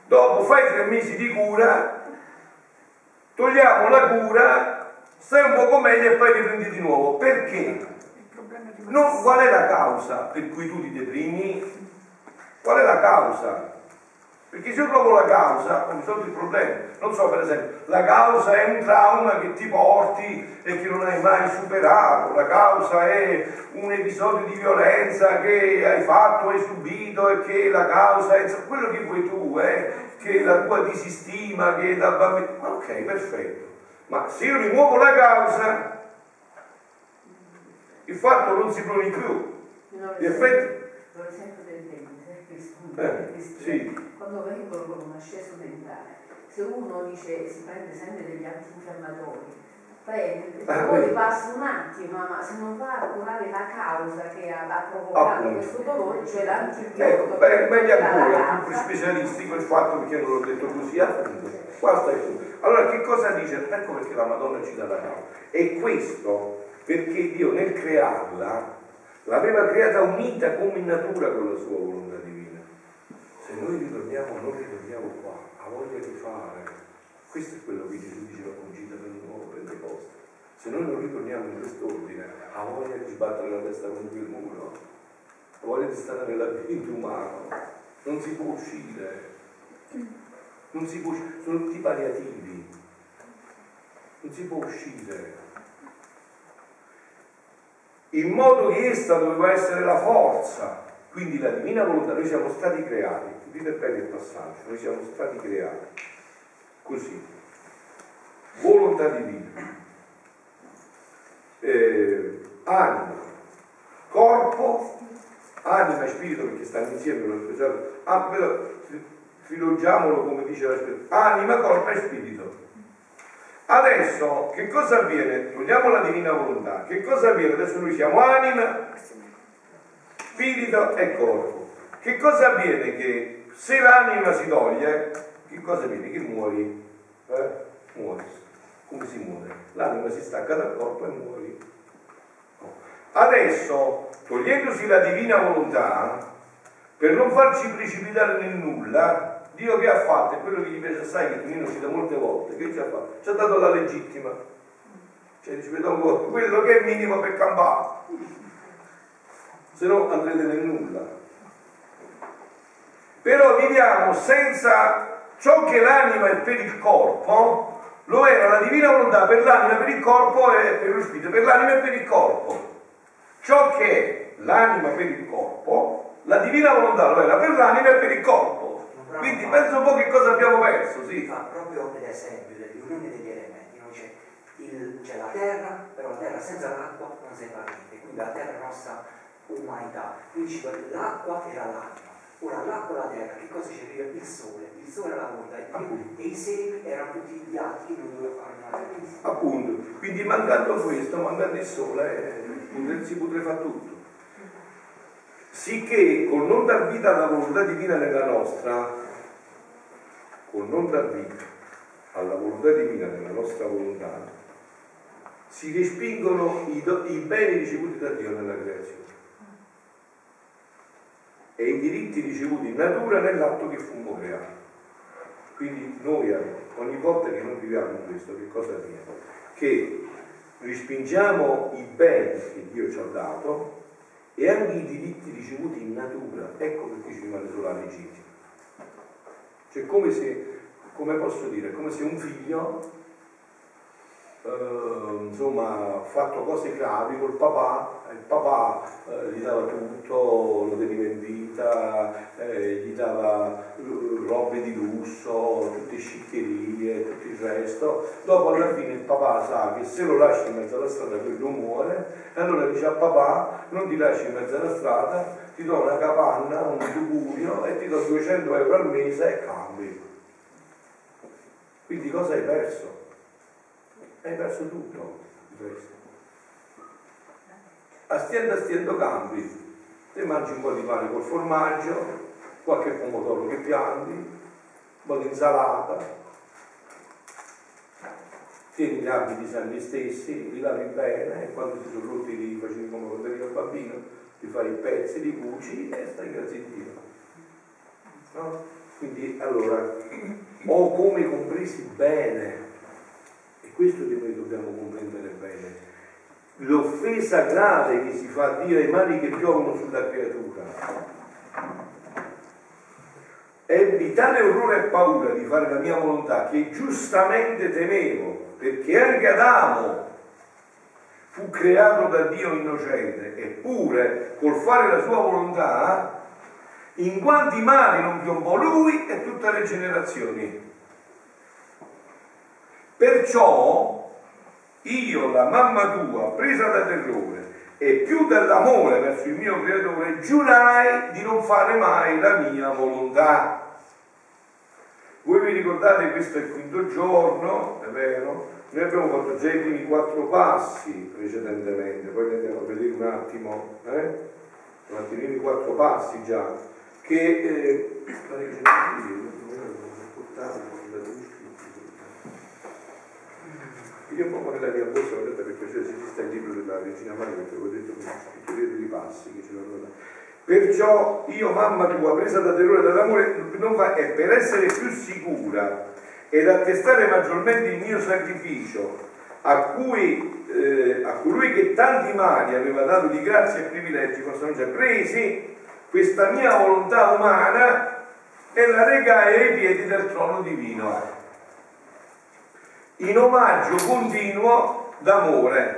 Dopo fai tre mesi di cura, togliamo la cura, stai un poco meglio e poi riprendi di nuovo. Perché? Non, qual è la causa per cui tu ti deprimi? Qual è la causa? Perché se io trovo la causa, ho risolto il problema. Non so, per esempio, la causa è un trauma che ti porti e che non hai mai superato, la causa è un episodio di violenza che hai fatto, hai subito e che la causa è quello che vuoi tu, eh? Che la tua disistima, che da bambino. Ok, perfetto. Ma se io rimuovo la causa, il fatto non si pone più. Gli effetti. L'esempio del dente, Eh, sì. quando vengono con un asceso dentale, se uno dice si prende sempre degli antinfiammatori, prende, Ah, poi passa un attimo, ma se non va a curare la causa che ha, ha provocato Appunto. questo dolore, cioè l'antibiotico, Ecco, beh, meglio ancora, la più specialistico il fatto, perché non l'ho detto così, appunto. Qua stai tu. Allora che cosa dice? Ecco perché la Madonna ci dà la causa. E questo perché Dio nel crearla l'aveva creata unita come in natura con la sua volontà divina. Se noi ritorniamo, non ritorniamo qua, ha voglia di fare. Questo è quello che Gesù diceva a Concita per il nuovo Pentecoste. Se noi non ritorniamo in quest'ordine, ha voglia di sbattere la testa contro il muro, ha voglia di stare nell'ambiente umano, non si può uscire, non si può uscire, sono tutti palliativi, non si può uscire. In modo che essa doveva essere la forza, quindi la divina volontà. Noi siamo stati creati, dite bene il passaggio, noi siamo stati creati così, volontà divina, eh, anima, corpo, anima e spirito, perché stanno insieme, l'ho speciato, ah, però, filoggiamolo come dice la scrittura, anima, corpo e spirito. Adesso che cosa avviene? Togliamo la divina volontà, che cosa avviene? Adesso noi siamo anima, spirito e corpo. Che cosa avviene? Che se l'anima si toglie, che cosa avviene? Che muori, eh? Muori. Come si muore? L'anima si stacca dal corpo e muori. Adesso, togliendosi la divina volontà, per non farci precipitare nel nulla, Dio che ha fatto? È quello che gli piace, sai che Tonino cita molte volte, che ci ha fatto? Ci ha dato la legittima. Cioè, ci vedo ancora, quello che è minimo per campare. Se no andrete nel nulla. Però viviamo senza ciò che l'anima è per il corpo, lo era la divina volontà per l'anima, per il corpo e per lo spirito, per l'anima e per il corpo. Ciò che è l'anima per il corpo, la divina volontà lo era per l'anima e per il corpo. Quindi penso un po' che cosa abbiamo perso, sì. Fa proprio l'esempio dell'unione degli elementi, no? C'è, il, c'è la terra, però la terra senza l'acqua non sembra niente, quindi la terra è la nostra umanità, quindi ci vuole l'acqua e l'anima. Ora l'acqua e la terra, che cosa c'è? Il sole, il sole è la volontà di Dio e i semi erano tutti gli atti che non doveva fare una terra. Appunto, quindi mancando questo, mancando il sole, eh, si potrebbe fare tutto. Sicché col non dar vita alla volontà divina nella nostra, col non dar vita alla volontà divina nella nostra volontà, si respingono i, do, i beni ricevuti da Dio nella creazione e i diritti ricevuti in natura nell'atto che fummo creato. Quindi noi ogni volta che noi viviamo in questo, che cosa avviene? Che respingiamo i beni che Dio ci ha dato e anche i diritti ricevuti in natura. Ecco perché ci rimane solo la legittima. Cioè come se, come posso dire, come se un figlio eh, insomma ha fatto cose gravi col papà, il papà eh, gli dava tutto, lo teneva in vita, eh, gli dava eh, robe di lusso, tutte sciccherie, tutto il resto. Dopo alla fine il papà sa che se lo lascia in mezzo alla strada quello muore, e allora dice a papà: non ti lasci in mezzo alla strada, ti do una capanna, un tugurio e ti do duecento euro al mese e cambi. Quindi cosa hai perso? Hai perso tutto. Astiendo, astiendo cambi. Te mangi un po' di pane col formaggio, qualche pomodoro che pianti, un po' di insalata, tieni gli abiti sempre stessi, li lavi bene e quando ti sono rotti li facevi come quando eri un bambino, ti fai i pezzi, li cuci e stai grazie a Dio. No? Quindi allora, ho come compresi bene, e questo che noi dobbiamo comprendere bene, l'offesa grave che si fa a Dio e i mali che piovono sulla creatura. Ebbi tale orrore e paura di fare la mia volontà che giustamente temevo, perché anche Adamo fu creato da Dio innocente, eppure col fare la sua volontà, in quanti mali non piombò lui e tutte le generazioni. Perciò io, la mamma tua, presa da terrore e più dall'amore verso il mio creatore, giurai di non fare mai la mia volontà. Voi vi ricordate, questo è il quinto giorno, è vero? Noi abbiamo fatto già i primi quattro passi precedentemente, poi ne andiamo a vedere un attimo, eh? Abbiamo fatto i primi quattro passi già, che eh, io un po' nella mia borsa, vedete, perché c'è esiste il libro della Regina Maria, perché ho detto che scrittori dei passi che ce l'hanno dato. Perciò io, mamma tua, presa da terrore e dall'amore, non fa, e per essere più sicura ed attestare maggiormente il mio sacrificio a cui eh, a colui che tanti mali aveva dato di grazia e privilegi, fossero già presi questa mia volontà umana e la regai ai piedi del trono divino, in omaggio continuo d'amore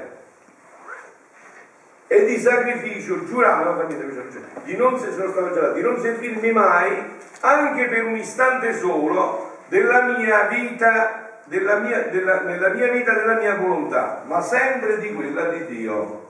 e di sacrificio, giurando di non, se sono stato giurato, di non servirmi mai, anche per un istante solo, della mia vita, della mia, della, nella mia vita, della mia volontà, ma sempre di quella di Dio.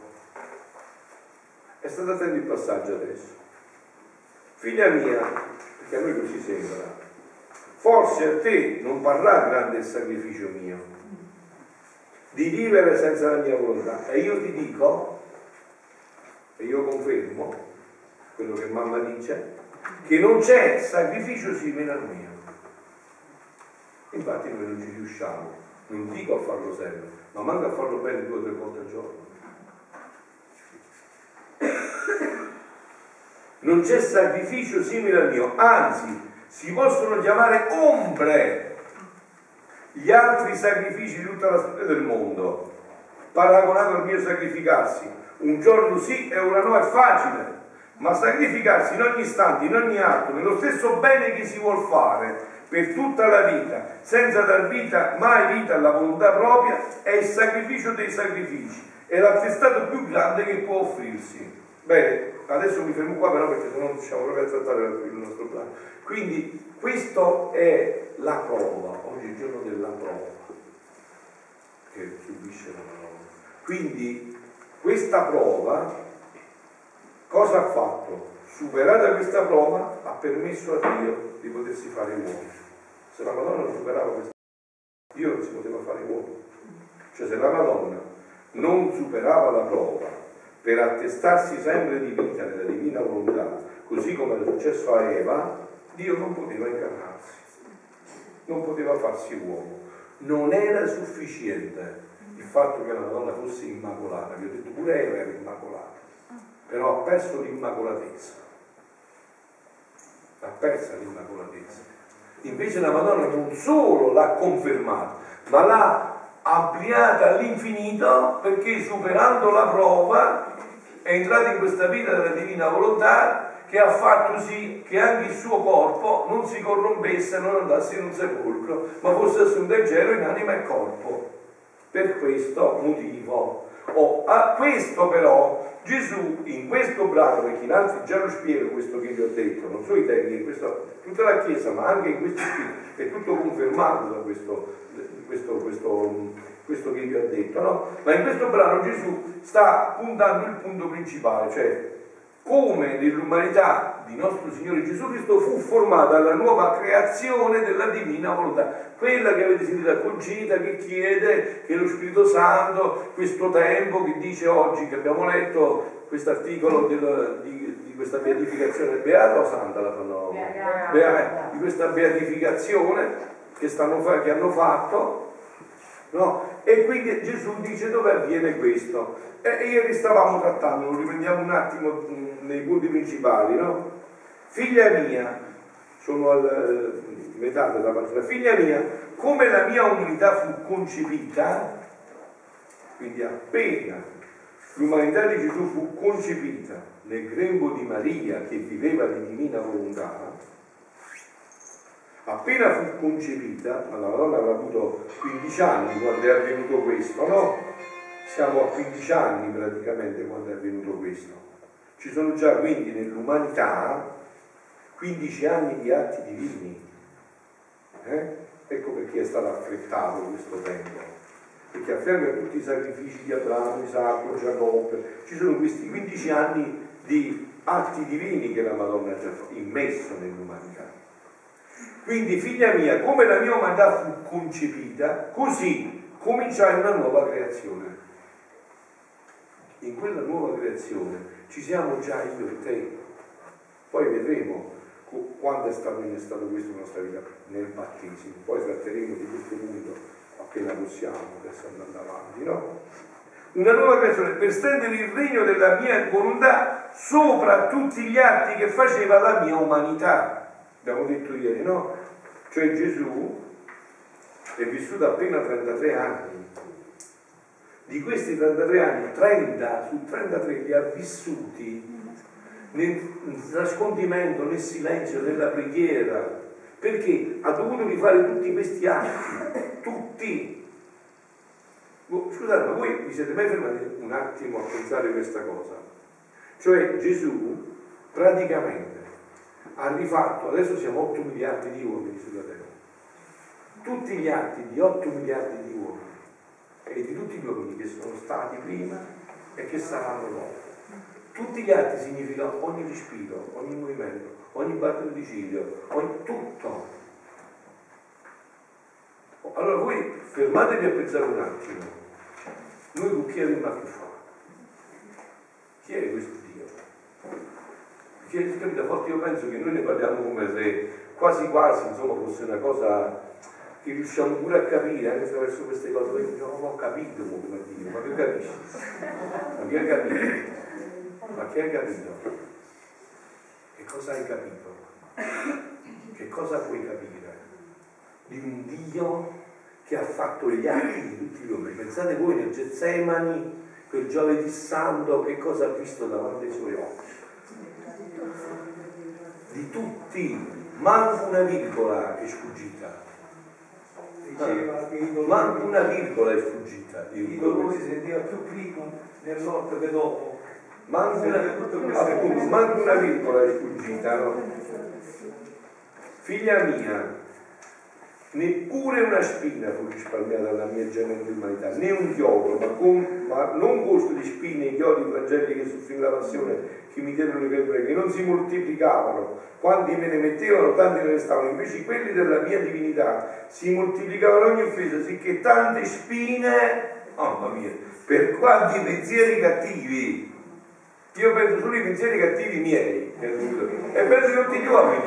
E state attenti il passaggio adesso. Figlia mia, perché a noi così sembra, forse a te non parrà grande il sacrificio mio, di vivere senza la mia volontà. E io ti dico, e io confermo quello che mamma dice, che non c'è sacrificio simile al mio. Infatti noi non ci riusciamo, non dico a farlo sempre, ma manco a farlo bene due o tre volte al giorno. Non c'è sacrificio simile al mio, anzi si possono chiamare ombre gli altri sacrifici di tutta la storia del mondo, paragonato al mio sacrificarsi. Un giorno sì e una no è facile, ma sacrificarsi in ogni istante, in ogni atto, nello stesso bene che si vuol fare per tutta la vita, senza dar vita, mai vita alla volontà propria, è il sacrificio dei sacrifici, è l'attestato più grande che può offrirsi. Bene, adesso mi fermo qua però perché sennò non riusciamo proprio a trattare il nostro piano. Quindi questo è la prova, oggi è il giorno della prova che subisce la prova. Quindi questa prova cosa ha fatto? Superata questa prova ha permesso a Dio di potersi fare uomo. Se la Madonna non superava questa prova, Dio non si poteva fare uomo. Cioè se la Madonna non superava la prova per attestarsi sempre di vita nella divina volontà, così come era successo a Eva, Dio non poteva incarnarsi, non poteva farsi uomo. Non era sufficiente il fatto che la Madonna fosse immacolata, vi ho detto pure Eva era immacolata, però ha perso l'immacolatezza, ha persa l'immacolatezza. Invece la Madonna non solo l'ha confermata, ma l'ha ampliata all'infinito, perché superando la prova è entrata in questa vita della divina volontà che ha fatto sì che anche il suo corpo non si corrompesse, non andasse in un sepolcro, ma fosse assunto in cielo in anima e corpo. Per questo motivo. Oh, a questo però Gesù in questo brano, perché in altri già lo spiego questo che vi ho detto, non solo i tecnici, questo, tutta la Chiesa, ma anche in questo qui, è tutto confermato da questo, questo, questo, questo che vi ho detto, no? Ma in questo brano Gesù sta puntando il punto principale, cioè come nell'umanità di nostro Signore Gesù Cristo fu formata la nuova creazione della divina volontà, quella che avete sentito a Concita, che chiede che lo Spirito Santo, questo tempo che dice oggi, che abbiamo letto questo articolo del, di, di questa beatificazione, beata o santa la fanno? Beata. Beata. Di questa beatificazione che, stanno, che hanno fatto, no? E quindi Gesù dice dove avviene questo. E ieri stavamo trattando, lo riprendiamo un attimo nei punti principali, no? Figlia mia, sono alla metà della pagina. Figlia mia, come la mia umanità fu concepita, quindi appena l'umanità di Gesù fu concepita nel grembo di Maria che viveva di divina volontà, appena fu concepita, la Madonna aveva avuto quindici anni quando è avvenuto questo, no? Siamo a quindici anni praticamente quando è avvenuto questo. Ci sono già quindi nell'umanità quindici anni di atti divini. Eh? Ecco perché è stato affrettato questo tempo. Perché a fianco a tutti i sacrifici di Abramo, Isacco, Giacobbe, ci sono questi quindici anni di atti divini che la Madonna ha già immesso nell'umanità. Quindi, figlia mia, come la mia umanità fu concepita, così cominciai una nuova creazione. In quella nuova creazione ci siamo già io e te. Poi vedremo quando è stato innestato questo nella nostra vita, nel battesimo. Poi tratteremo di questo punto appena possiamo, adesso andando avanti, no? Una nuova creazione per stendere il regno della mia volontà sopra tutti gli atti che faceva la mia umanità. Abbiamo detto ieri, no? Cioè Gesù è vissuto appena trentatré anni. Di questi trentatré anni, trenta su trentatré li ha vissuti nel nascondimento, nel silenzio, nella preghiera, perché ha dovuto rifare tutti questi atti, tutti. Scusate, ma voi vi siete mai fermati un attimo a pensare questa cosa? Cioè Gesù praticamente ha rifatto, adesso siamo otto miliardi di uomini sulla terra, tutti gli atti di otto miliardi di uomini e di tutti gli uomini che sono stati prima e che saranno dopo. Tutti gli atti significa ogni respiro, ogni movimento, ogni battito di ciglio, ogni tutto. Allora voi fermatevi a pensare un attimo, noi con chi avremmo a che fare? Chi è questo Dio? Perché capite, a volte io penso che noi ne parliamo come se quasi quasi insomma fosse una cosa che riusciamo pure a capire anche attraverso queste cose. Io non ho capito come Dio, ma che capisci? Ma che hai capito? Ma che hai capito? Che cosa hai capito? Che cosa puoi capire? Di un Dio che ha fatto gli atti di tutti gli uomini. Pensate voi nel Getsemani, quel giovedì santo, che cosa ha visto davanti ai suoi occhi? Di tutti, manco una virgola è sfuggita. Manco una virgola è sfuggita. Il dolore si sentiva più prima nell'orto che dopo. Manco una, appunto, manco una virgola è sfuggita, no? Figlia mia, neppure una spina fu risparmiata dalla mia gemente umanità, né un chiodo, ma, con, ma non costo di spine e chiodi flagelli che soffrì la passione che mi diedero le creature, che non si moltiplicavano, quanti me ne mettevano, tanti ne restavano, invece quelli della mia divinità si moltiplicavano ogni offesa, sicché tante spine, mamma mia, per quanti pensieri cattivi. Io penso solo ai pensieri cattivi miei, e penso di tutti gli uomini.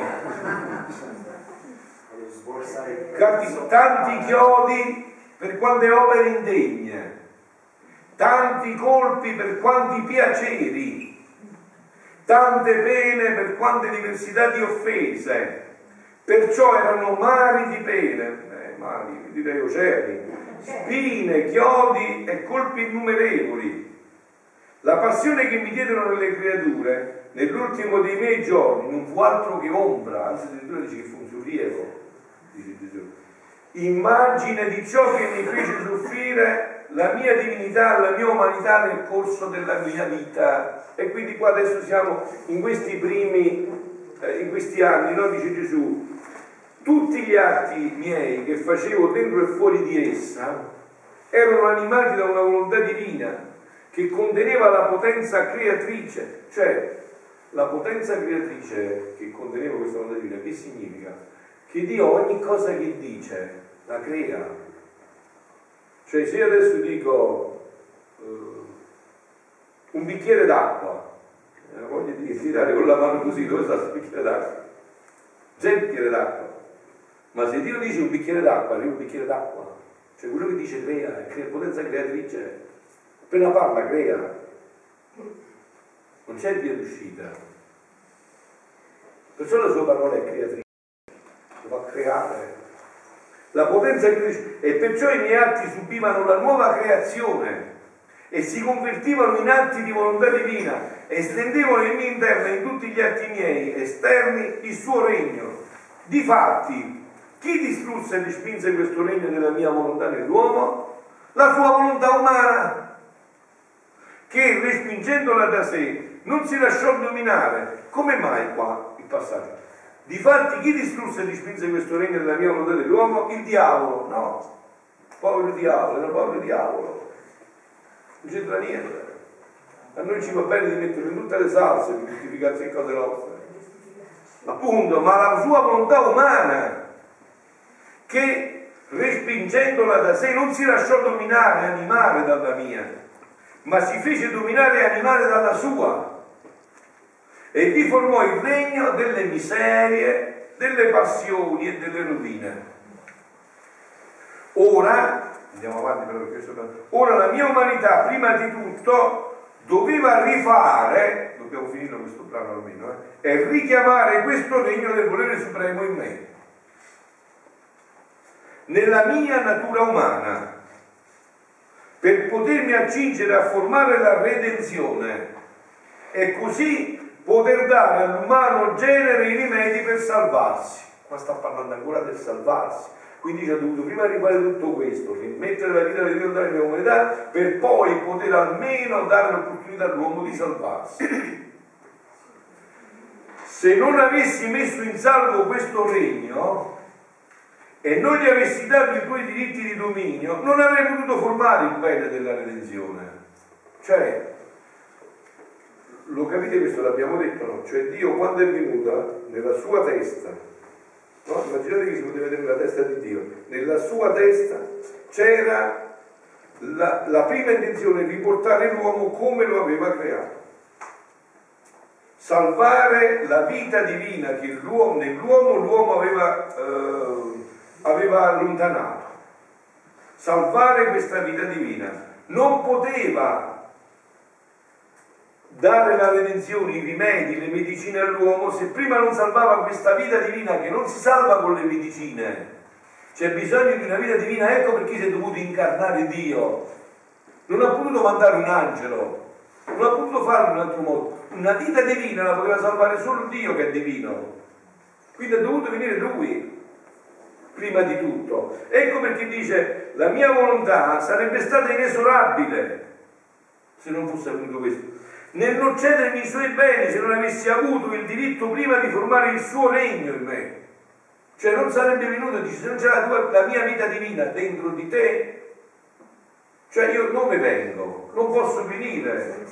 Tanti chiodi per quante opere indegne, tanti colpi per quanti piaceri, tante pene per quante diversità di offese, perciò erano mari di pene, eh, mari, direi oceani, spine, chiodi e colpi innumerevoli. La passione che mi diedero nelle creature nell'ultimo dei miei giorni non fu altro che ombra, anzi addirittura dice che fu un sollievo, dice Gesù, immagine di ciò che mi fece soffrire la mia divinità, la mia umanità nel corso della mia vita. E quindi qua adesso siamo in questi primi, eh, in questi anni, no? Dice Gesù, tutti gli atti miei che facevo dentro e fuori di essa erano animati da una volontà divina che conteneva la potenza creatrice, cioè la potenza creatrice che conteneva questa volontà divina, che significa? Che Dio ogni cosa che dice la crea. Cioè se io adesso dico uh, un bicchiere d'acqua, eh, voglio dire tirare con la mano così, dove sta questo bicchiere d'acqua? C'è il bicchiere d'acqua, ma se Dio dice un bicchiere d'acqua, arriva un bicchiere d'acqua, cioè quello che dice crea, è potenza creatrice. Appena parla crea, non c'è via d'uscita, perciò la sua parola è creatrice. fa creare. La potenza che... E perciò i miei atti subivano la nuova creazione e si convertivano in atti di volontà divina e estendevano il mio interno in tutti gli atti miei esterni il suo regno. Difatti, chi distrusse e respinse questo regno della mia volontà nell'uomo? La sua volontà umana, che respingendola da sé non si lasciò dominare. Come mai qua il passaggio? Difatti, chi distrusse e respinse questo regno della mia volontà nell'uomo? Il diavolo. No, povero diavolo, era povero diavolo. Non c'entra niente. A noi ci va bene di mettere in tutte le salse per giustificarsi le cose nostre. Appunto, ma la sua volontà umana, che respingendola da sé non si lasciò dominare e animare dalla mia, ma si fece dominare e animare dalla sua, e vi formò il regno delle miserie, delle passioni e delle rovine. Ora, andiamo avanti però perché questo, ora la mia umanità prima di tutto doveva rifare, dobbiamo finire questo brano almeno, eh, e richiamare questo regno del volere supremo in me, nella mia natura umana, per potermi accingere a formare la redenzione e così poter dare all'umano genere i rimedi per salvarsi. Qua sta parlando ancora del salvarsi. Quindi ci ha dovuto prima rifare tutto questo, per mettere la vita di Dio nella mia umanità, per poi poter almeno dare l'opportunità all'uomo di salvarsi. Se non avessi messo in salvo questo regno e non gli avessi dato i tuoi diritti di dominio, non avrei potuto formare il bene della redenzione. Cioè, lo capite questo? L'abbiamo detto, no? Cioè Dio quando è venuta nella sua testa, no? Immaginate che si poteva vedere nella testa di Dio, nella sua testa c'era la, la prima intenzione di portare l'uomo come lo aveva creato, salvare la vita divina che l'uomo, nell'uomo l'uomo aveva, eh, aveva allontanato, salvare questa vita divina. Non poteva dare la redenzione, i rimedi, le medicine all'uomo se prima non salvava questa vita divina, che non si salva con le medicine. C'è bisogno di una vita divina, ecco perché si è dovuto incarnare Dio. Non ha potuto mandare un angelo, non ha potuto farlo in un altro modo. Una vita divina la poteva salvare solo Dio che è divino, quindi è dovuto venire Lui prima di tutto. Ecco perché dice: la mia volontà sarebbe stata inesorabile se non fosse venuto questo, nel non cedermi i suoi beni, se non avessi avuto il diritto prima di formare il suo regno in me. Cioè non sarebbe venuto, dice, se non c'era la, la mia vita divina dentro di te, cioè io dove vengo? Non posso venire.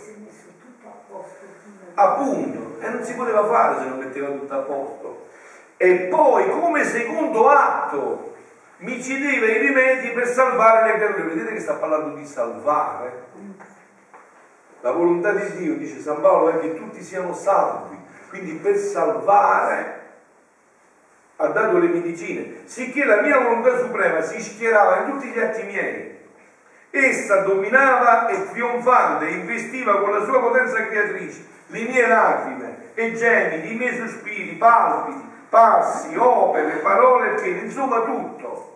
Appunto, e non si poteva fare se non metteva tutto a posto. E poi come secondo atto mi cedeva i rimedi per salvare le creature. Vedete che sta parlando di salvare? La volontà di Dio, dice San Paolo, è che tutti siano salvi, quindi per salvare ha dato le medicine, sicché la mia volontà suprema si schierava in tutti gli atti miei. Essa dominava e trionfante investiva con la sua potenza creatrice le mie lacrime e gemiti, i miei sospiri, palpiti, passi, opere, parole e pene, insomma tutto.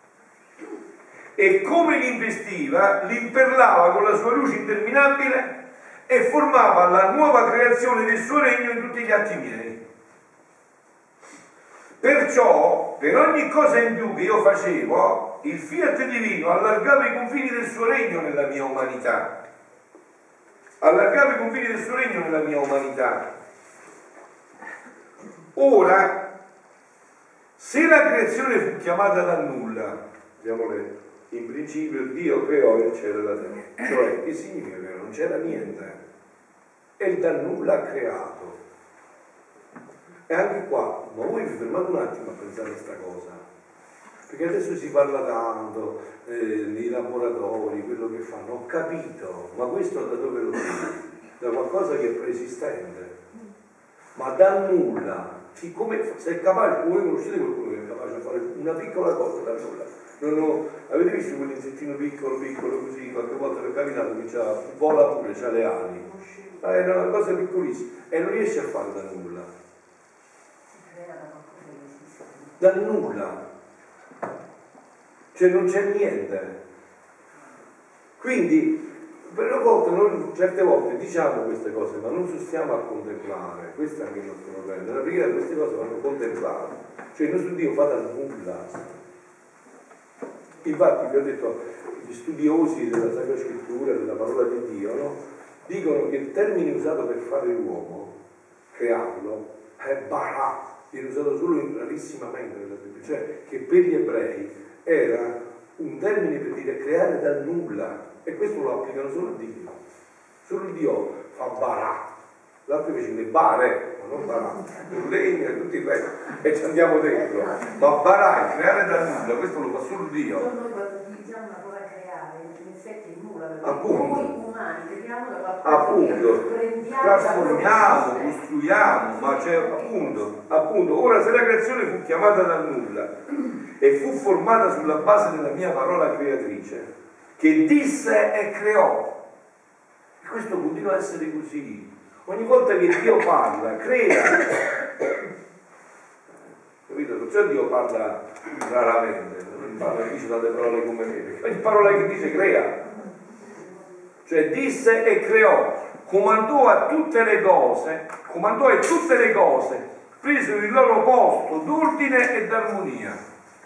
E come li investiva, li imperlava con la sua luce interminabile e formava la nuova creazione del suo regno in tutti gli atti miei. Perciò, per ogni cosa in più che io facevo, il fiat divino allargava i confini del suo regno nella mia umanità. Allargava i confini del suo regno nella mia umanità. Ora, se la creazione fu chiamata dal nulla, abbiamo letto, in principio Dio creò il cielo e la terra. Cioè, che significa che non c'era niente? E dal nulla ha creato. E anche qua, ma voi vi fermate un attimo a pensare a questa cosa, perché adesso si parla tanto eh, nei laboratori, quello che fanno, ho capito, ma questo da dove lo prendi? Da qualcosa che è preesistente, ma dal nulla, siccome sei capace, voi conoscete qualcuno che è capace di fare una piccola cosa dal nulla? Non ho, avete visto quell'insettino piccolo piccolo così, qualche volta mi è capitato che c'ha, vola pure, c'ha le ali, ma è una cosa piccolissima e non riesce a fare da nulla. dal nulla, cioè non c'è niente. Quindi per una volta noi certe volte diciamo queste cose ma non ci stiamo a contemplare, questo è anche il nostro problema. Nella preghiera queste cose vanno contemplate, cioè il nostro Dio fa dal nulla. Infatti vi ho detto, gli studiosi della Sacra Scrittura, della parola di Dio, no? Dicono che il termine usato per fare l'uomo, crearlo, è bara, viene usato solo rarissimamente nella Bibbia, cioè che per gli ebrei era un termine per dire creare dal nulla, e questo lo applicano solo a Dio. Solo Dio fa bara, l'altro invece le bare, ma non bara, il legno e tutto il resto, e ci andiamo dentro. Ma bara è creare dal nulla, questo lo fa solo Dio. Noi quando utilizziamo la parola creare, in effetti è nulla, perché Appunto. noi umani crediamo da qualcosa, Appunto, prendiamo, trasformiamo, costruiamo, ma c'è appunto, appunto, ora se la creazione fu chiamata dal nulla e fu formata sulla base della mia parola creatrice, che disse e creò, e questo continua a essere così. Ogni volta che Dio parla, crea. Capito? Perciò Dio parla raramente, non parla, dice tante parole come me, perché ogni parola che dice crea. Cioè disse e creò, comandò a tutte le cose, comandò a tutte le cose, presero il loro posto d'ordine e d'armonia.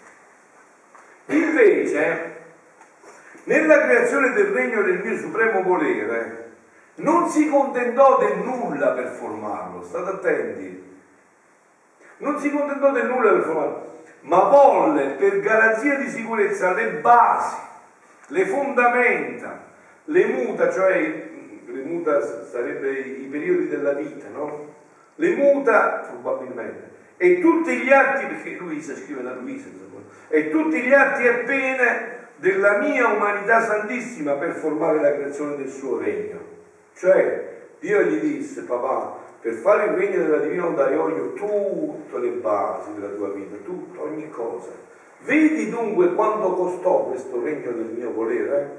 Invece, nella creazione del regno del mio supremo volere, non si contentò del nulla per formarlo, state attenti, non si contentò del nulla per formarlo, ma volle per garanzia di sicurezza le basi, le fondamenta, le muta, cioè le muta sarebbe i periodi della vita, no? Le muta probabilmente, e tutti gli atti, perché Luisa scrive da Luisa, insomma, e tutti gli atti e pene della mia umanità santissima per formare la creazione del suo regno. Cioè Dio gli disse: papà, per fare il regno della divina volontà io voglio tutte le basi della tua vita, tutto, ogni cosa. Vedi dunque quanto costò questo regno del mio volere?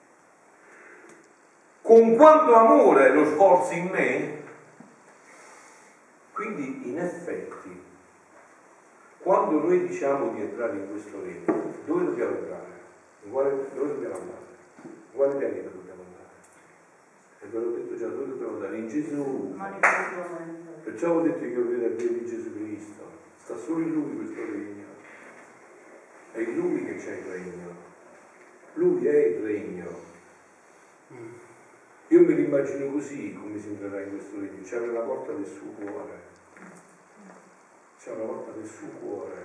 Con quanto amore lo sforzi in me? Quindi in effetti, quando noi diciamo di entrare in questo regno, dove dobbiamo entrare? In quale, dove dobbiamo andare? In quale pianeta dobbiamo andare? E ve l'ho detto già, dove dobbiamo andare? In Gesù. Perciò ho detto che io vedo il Dio di Gesù Cristo. Sta solo in Lui questo regno. È in Lui che c'è il regno. Lui è il regno. Io me l'immagino così, come si entrerà in questo regno. C'è una porta del suo cuore. C'è una porta del suo cuore.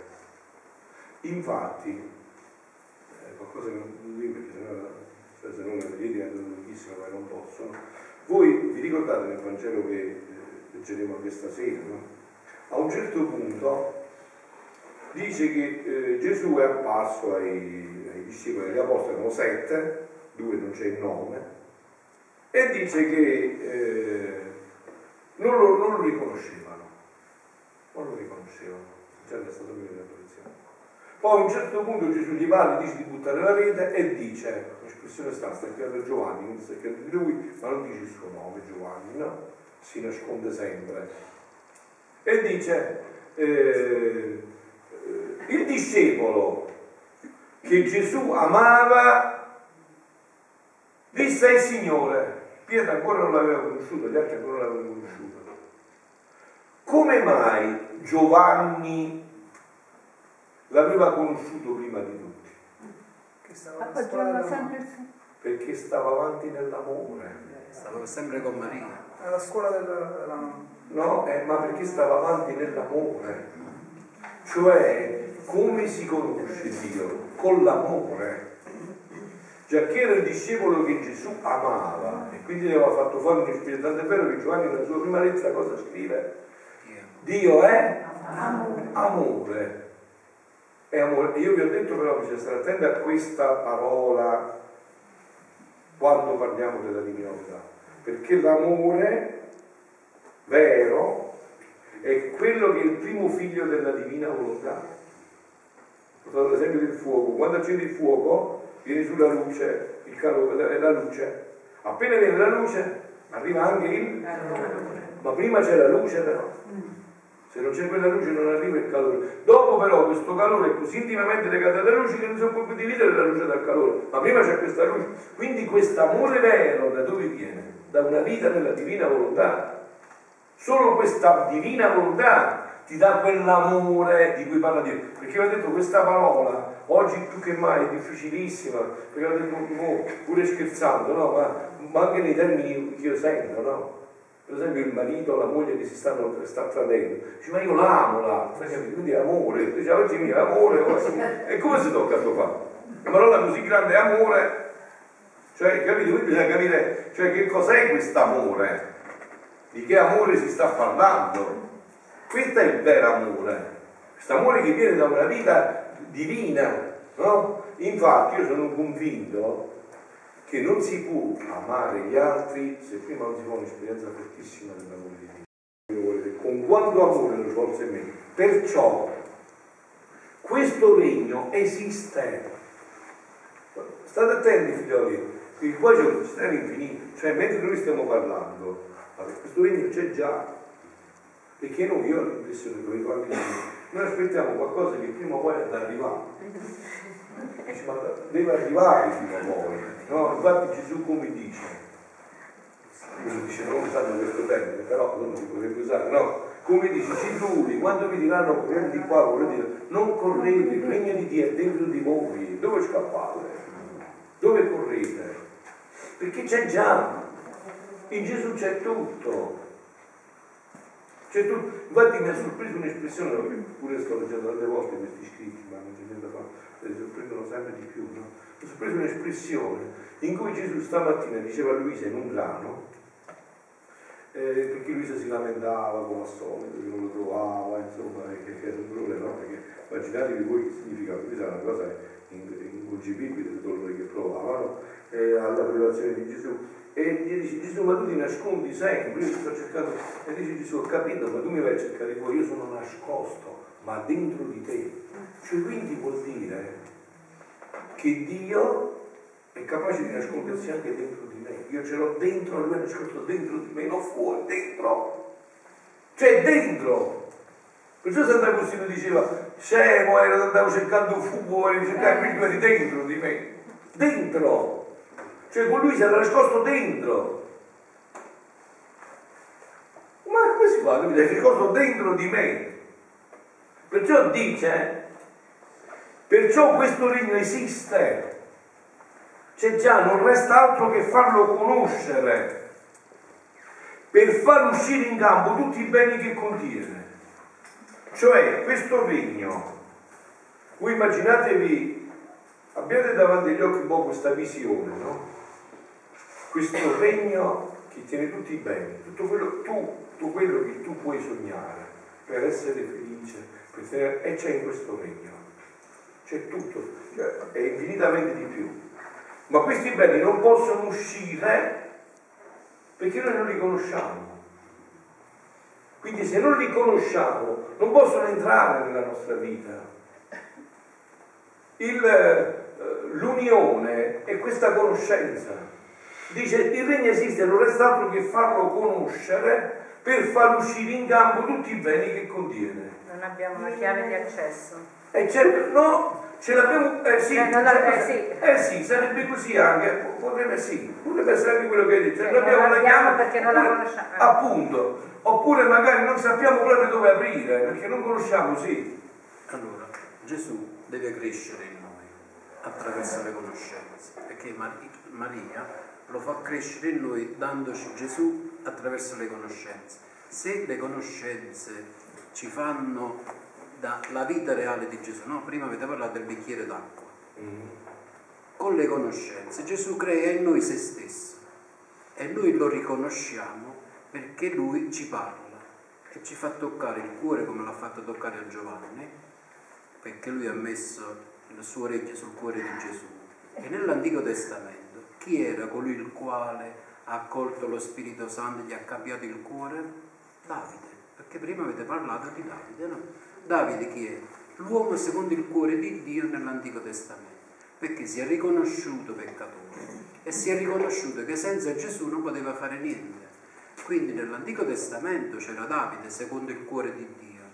Infatti, qualcosa che non dico perché sennò, cioè, se non me lo diventa lunghissimo, ma non posso. Voi vi ricordate nel Vangelo che eh, leggeremo questa sera, no? A un certo punto dice che eh, Gesù è apparso ai, ai discepoli degli apostoli, erano sette, due non c'è il nome, e dice che eh, non, lo, non lo riconoscevano, non lo riconoscevano, già è stato meglio la polizia. Poi a un certo punto Gesù gli parla, dice di buttare la rete e dice, l'espressione sta, sta scritto Giovanni, quindi sta scritto di lui, ma non dice il suo nome Giovanni, no? Si nasconde sempre. E dice, eh, il discepolo che Gesù amava disse al Signore, Pietro ancora non l'aveva conosciuto, gli altri ancora non l'avevano conosciuto, come mai Giovanni l'aveva conosciuto prima di tutti? Che stava sempre perché stava avanti nell'amore, stava sempre con Maria, alla scuola della, della... no? Eh, ma perché stava avanti nell'amore, cioè come si conosce Dio? Con l'amore, giacché era il discepolo che Gesù amava e quindi gli aveva fatto fare un spirito. Tanto è vero che Giovanni nella sua prima lettera cosa scrive? Dio è amore, amore. È amore. E io vi ho detto però bisogna stare attenti a questa parola quando parliamo della divinità, perché l'amore vero è quello che è il primo figlio della divina volontà. Ho fatto l'esempio del fuoco: quando accendi il fuoco viene sulla luce il calore e la luce, appena viene la luce arriva anche il, ma prima c'è la luce però. Se non c'è quella luce non arriva il calore. Dopo però questo calore è così intimamente legato alla luce che non si può più dividere la luce dal calore. Ma prima c'è questa luce. Quindi questo amore vero da dove viene? Da una vita nella divina volontà. Solo questa divina volontà ti dà quell'amore di cui parla Dio. Perché ho detto questa parola oggi più che mai è difficilissima, perché ho detto oh, pure scherzando, no? ma, ma anche nei termini che io sento, no? Per esempio il marito o la moglie che si stanno sta tradendo, dice ma io l'amo l'altro, quindi è amore, dice oggi mi è amore, oggi... e come si tocca a tuo fare? Una parola così grande è amore, cioè capite? Quindi bisogna capire cioè, che cos'è quest'amore, di che amore si sta parlando. Questo è il vero amore, questo amore che viene da una vita divina, no? Infatti io sono convinto che non si può amare gli altri se prima non si fa un'esperienza fortissima dell'amore di Dio. Con quanto amore lo svolse in me. Perciò questo regno esiste. State attenti, figlioli, qui qua c'è un mistero infinito, cioè mentre noi stiamo parlando, questo regno c'è già. Perché noi, io ho l'impressione, lo vedo anche io, noi aspettiamo qualcosa che prima o poi è da arrivare. Dice, ma deve arrivare prima o poi, no? Infatti Gesù come dice? Gesù dice, non usando questo termine, però non si potrebbe usare, no? Come dice, Gesù, quando vi diranno correte di qua, volete dire, non correte, il regno di Dio è dentro di voi, dove scappate? Dove correte? Perché c'è già, in Gesù c'è tutto. Cioè, tu, infatti mi ha sorpreso un'espressione, pure sto leggendo tante volte questi scritti, ma non c'è niente da fare, mi sorprendono sempre di più, no? Mi ha sorpreso un'espressione in cui Gesù stamattina diceva a Luisa in un brano, eh, perché Luisa si lamentava come al solito, che non lo trovava, insomma, che, che era un dolore, no? Perché immaginatevi voi che significa, Luisa è una cosa inconcepibile il dolore che provavano eh, alla privazione di Gesù. E gli dice Gesù, ma tu ti nascondi sempre, io ti sto cercando, e dice Gesù, ho capito, ma tu mi vai a cercare fuori, io sono nascosto, ma dentro di te. Cioè quindi vuol dire che Dio è capace di nascondersi anche dentro di me. Io ce l'ho dentro, lui è nascosto dentro di me, non fuori, dentro. Cioè dentro. Perciò Sant'Agostino diceva, scemo, andavo cercando fuori, cercare prima di dentro di me. Dentro. Cioè con lui si era nascosto dentro. Ma come si fa? Capite? È nascosto dentro di me. Perciò dice, perciò questo regno esiste. C'è già, non resta altro che farlo conoscere, per far uscire in campo tutti i beni che contiene. Cioè questo regno, voi immaginatevi, abbiate davanti agli occhi un po' questa visione, no? Questo regno che tiene tutti i beni, tutto quello, tu, tutto quello che tu puoi sognare per essere felice, per tenere, e c'è in questo regno, c'è tutto, cioè, è infinitamente di più. Ma questi beni non possono uscire perché noi non li conosciamo. Quindi se non li conosciamo non possono entrare nella nostra vita. Il, l'unione è questa conoscenza. Dice il regno esiste, non resta altro che farlo conoscere per far uscire in campo tutti i beni che contiene. Non abbiamo una chiave di accesso. E certo, no, ce l'abbiamo, eh sì, eh, la, eh, sì. eh sì, sarebbe così anche, potrebbe sì, potrebbe essere anche quello che hai detto. Cioè, non abbiamo la chiave perché non oppure, la conosciamo. Appunto, oppure magari non sappiamo proprio dove aprire, perché non conosciamo, sì. Allora, Gesù deve crescere in noi attraverso le conoscenze, perché Maria lo fa crescere in noi dandoci Gesù attraverso le conoscenze. Se le conoscenze ci fanno dalla vita reale di Gesù, no? Prima avete parlato del bicchiere d'acqua. Mm. Con le conoscenze Gesù crea in noi se stesso e noi lo riconosciamo perché lui ci parla e ci fa toccare il cuore come l'ha fatto toccare a Giovanni, perché lui ha messo il suo orecchio sul cuore di Gesù. E nell'Antico Testamento chi era colui il quale ha accolto lo Spirito Santo e gli ha cambiato il cuore? Davide, perché prima avete parlato di Davide, no? Davide chi è? L'uomo secondo il cuore di Dio nell'Antico Testamento, perché si è riconosciuto peccatore e si è riconosciuto che senza Gesù non poteva fare niente. Quindi nell'Antico Testamento c'era Davide secondo il cuore di Dio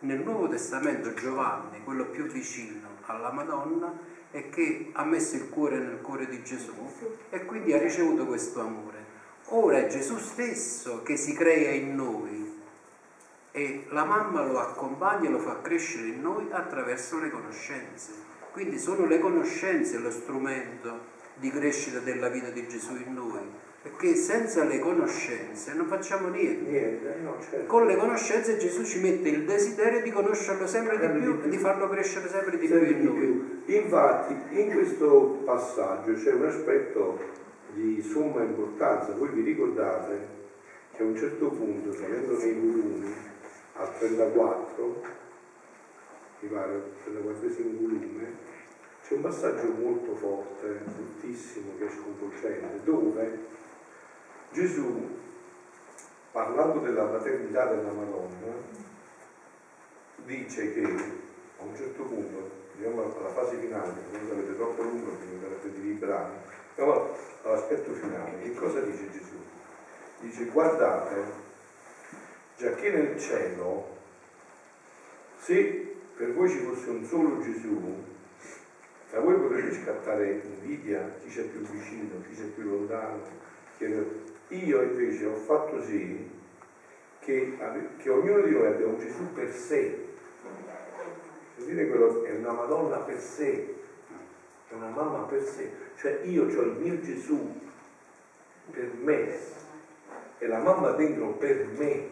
nel Nuovo Testamento Giovanni, quello più vicino alla Madonna, è che ha messo il cuore nel cuore di Gesù e quindi ha ricevuto questo amore. Ora è Gesù stesso che si crea in noi e la mamma lo accompagna e lo fa crescere in noi attraverso le conoscenze. Quindi sono le conoscenze lo strumento di crescita della vita di Gesù in noi, perché senza le conoscenze non facciamo niente. Niente, no, certo. Con le conoscenze Gesù ci mette il desiderio di conoscerlo sempre di più e di farlo crescere sempre di più Sempre in di noi. più. Infatti in questo passaggio c'è un aspetto di somma importanza. Voi vi ricordate che a un certo punto, salendo nei volumi al trentaquattro, mi pare al trentaquattresimo volume, c'è un passaggio molto forte, fortissimo, che è sconvolgente, dove Gesù, parlando della paternità della Madonna, dice che a un certo punto, arriviamo alla fase finale, non sapete troppo lungo perché mi sarete di librare, andiamo all'aspetto finale. Che cosa dice Gesù? Dice: guardate, giacché nel cielo, se per voi ci fosse un solo Gesù, da voi potrete scattare invidia, chi c'è più vicino, chi c'è più lontano. Io invece ho fatto sì che, che ognuno di noi abbia un Gesù per sé. Vuol dire quello è una Madonna per sé, è una mamma per sé. Cioè io ho il mio Gesù per me e la mamma dentro per me,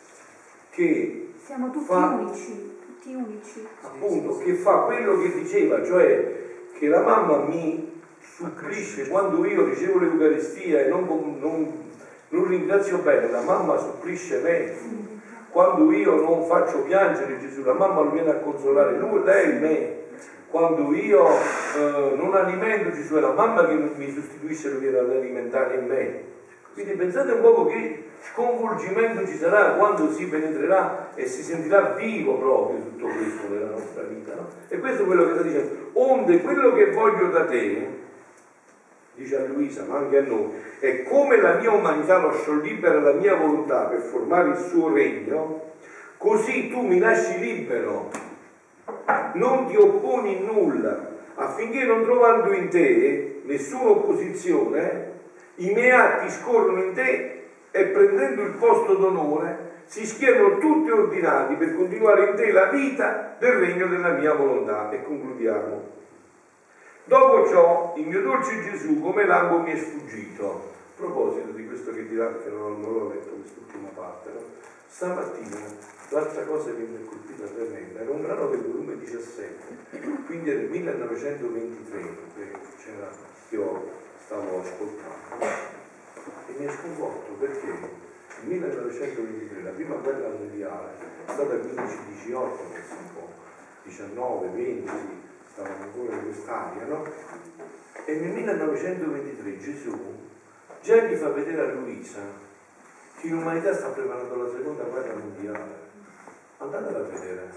che siamo tutti fa, unici, tutti unici. Appunto, che fa quello che diceva, cioè che la mamma mi supplisce quando io ricevo l'Eucaristia e non, non, non ringrazio bene, la mamma supplisce me. Quando io non faccio piangere Gesù, la mamma lo viene a consolare lui, lei me. Quando io eh, non alimento Gesù, è la mamma che mi sostituisce e lo viene ad alimentare in me. Quindi pensate un po' che sconvolgimento ci sarà quando si penetrerà e si sentirà vivo proprio tutto questo nella nostra vita, no? E questo è quello che sta dicendo. Onde quello che voglio da te, dice a Luisa, ma anche a noi, è come la mia umanità lascio libera la mia volontà per formare il suo regno, così tu mi lasci libero, non ti opponi in nulla, affinché non trovando in te nessuna opposizione, i miei atti scorrono in te e prendendo il posto d'onore si schierano tutti ordinati per continuare in te la vita del regno della mia volontà. E concludiamo. Dopo ciò il mio dolce Gesù come lampo mi è sfuggito. A proposito di questo che dirà, perché non, non l'ho letto quest'ultima parte, no? Stamattina l'altra cosa che mi ha colpito tremenda era un brano del volume diciassette, quindi del millenovecentoventitré, che c'era, io stavo ascoltando e mi è sconvolto perché nel millenovecentoventitré la prima guerra mondiale è stata quindici diciotto, forse un po', diciannove venti, stavamo ancora in quest'area, no? E nel millenovecentoventitré Gesù già gli fa vedere a Luisa che l'umanità sta preparando la seconda guerra mondiale. Andatela a vedere,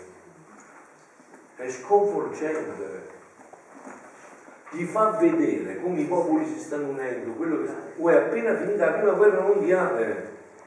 è sconvolgente. Gli fa vedere come i popoli si stanno unendo, quello che o è appena finita la prima guerra mondiale,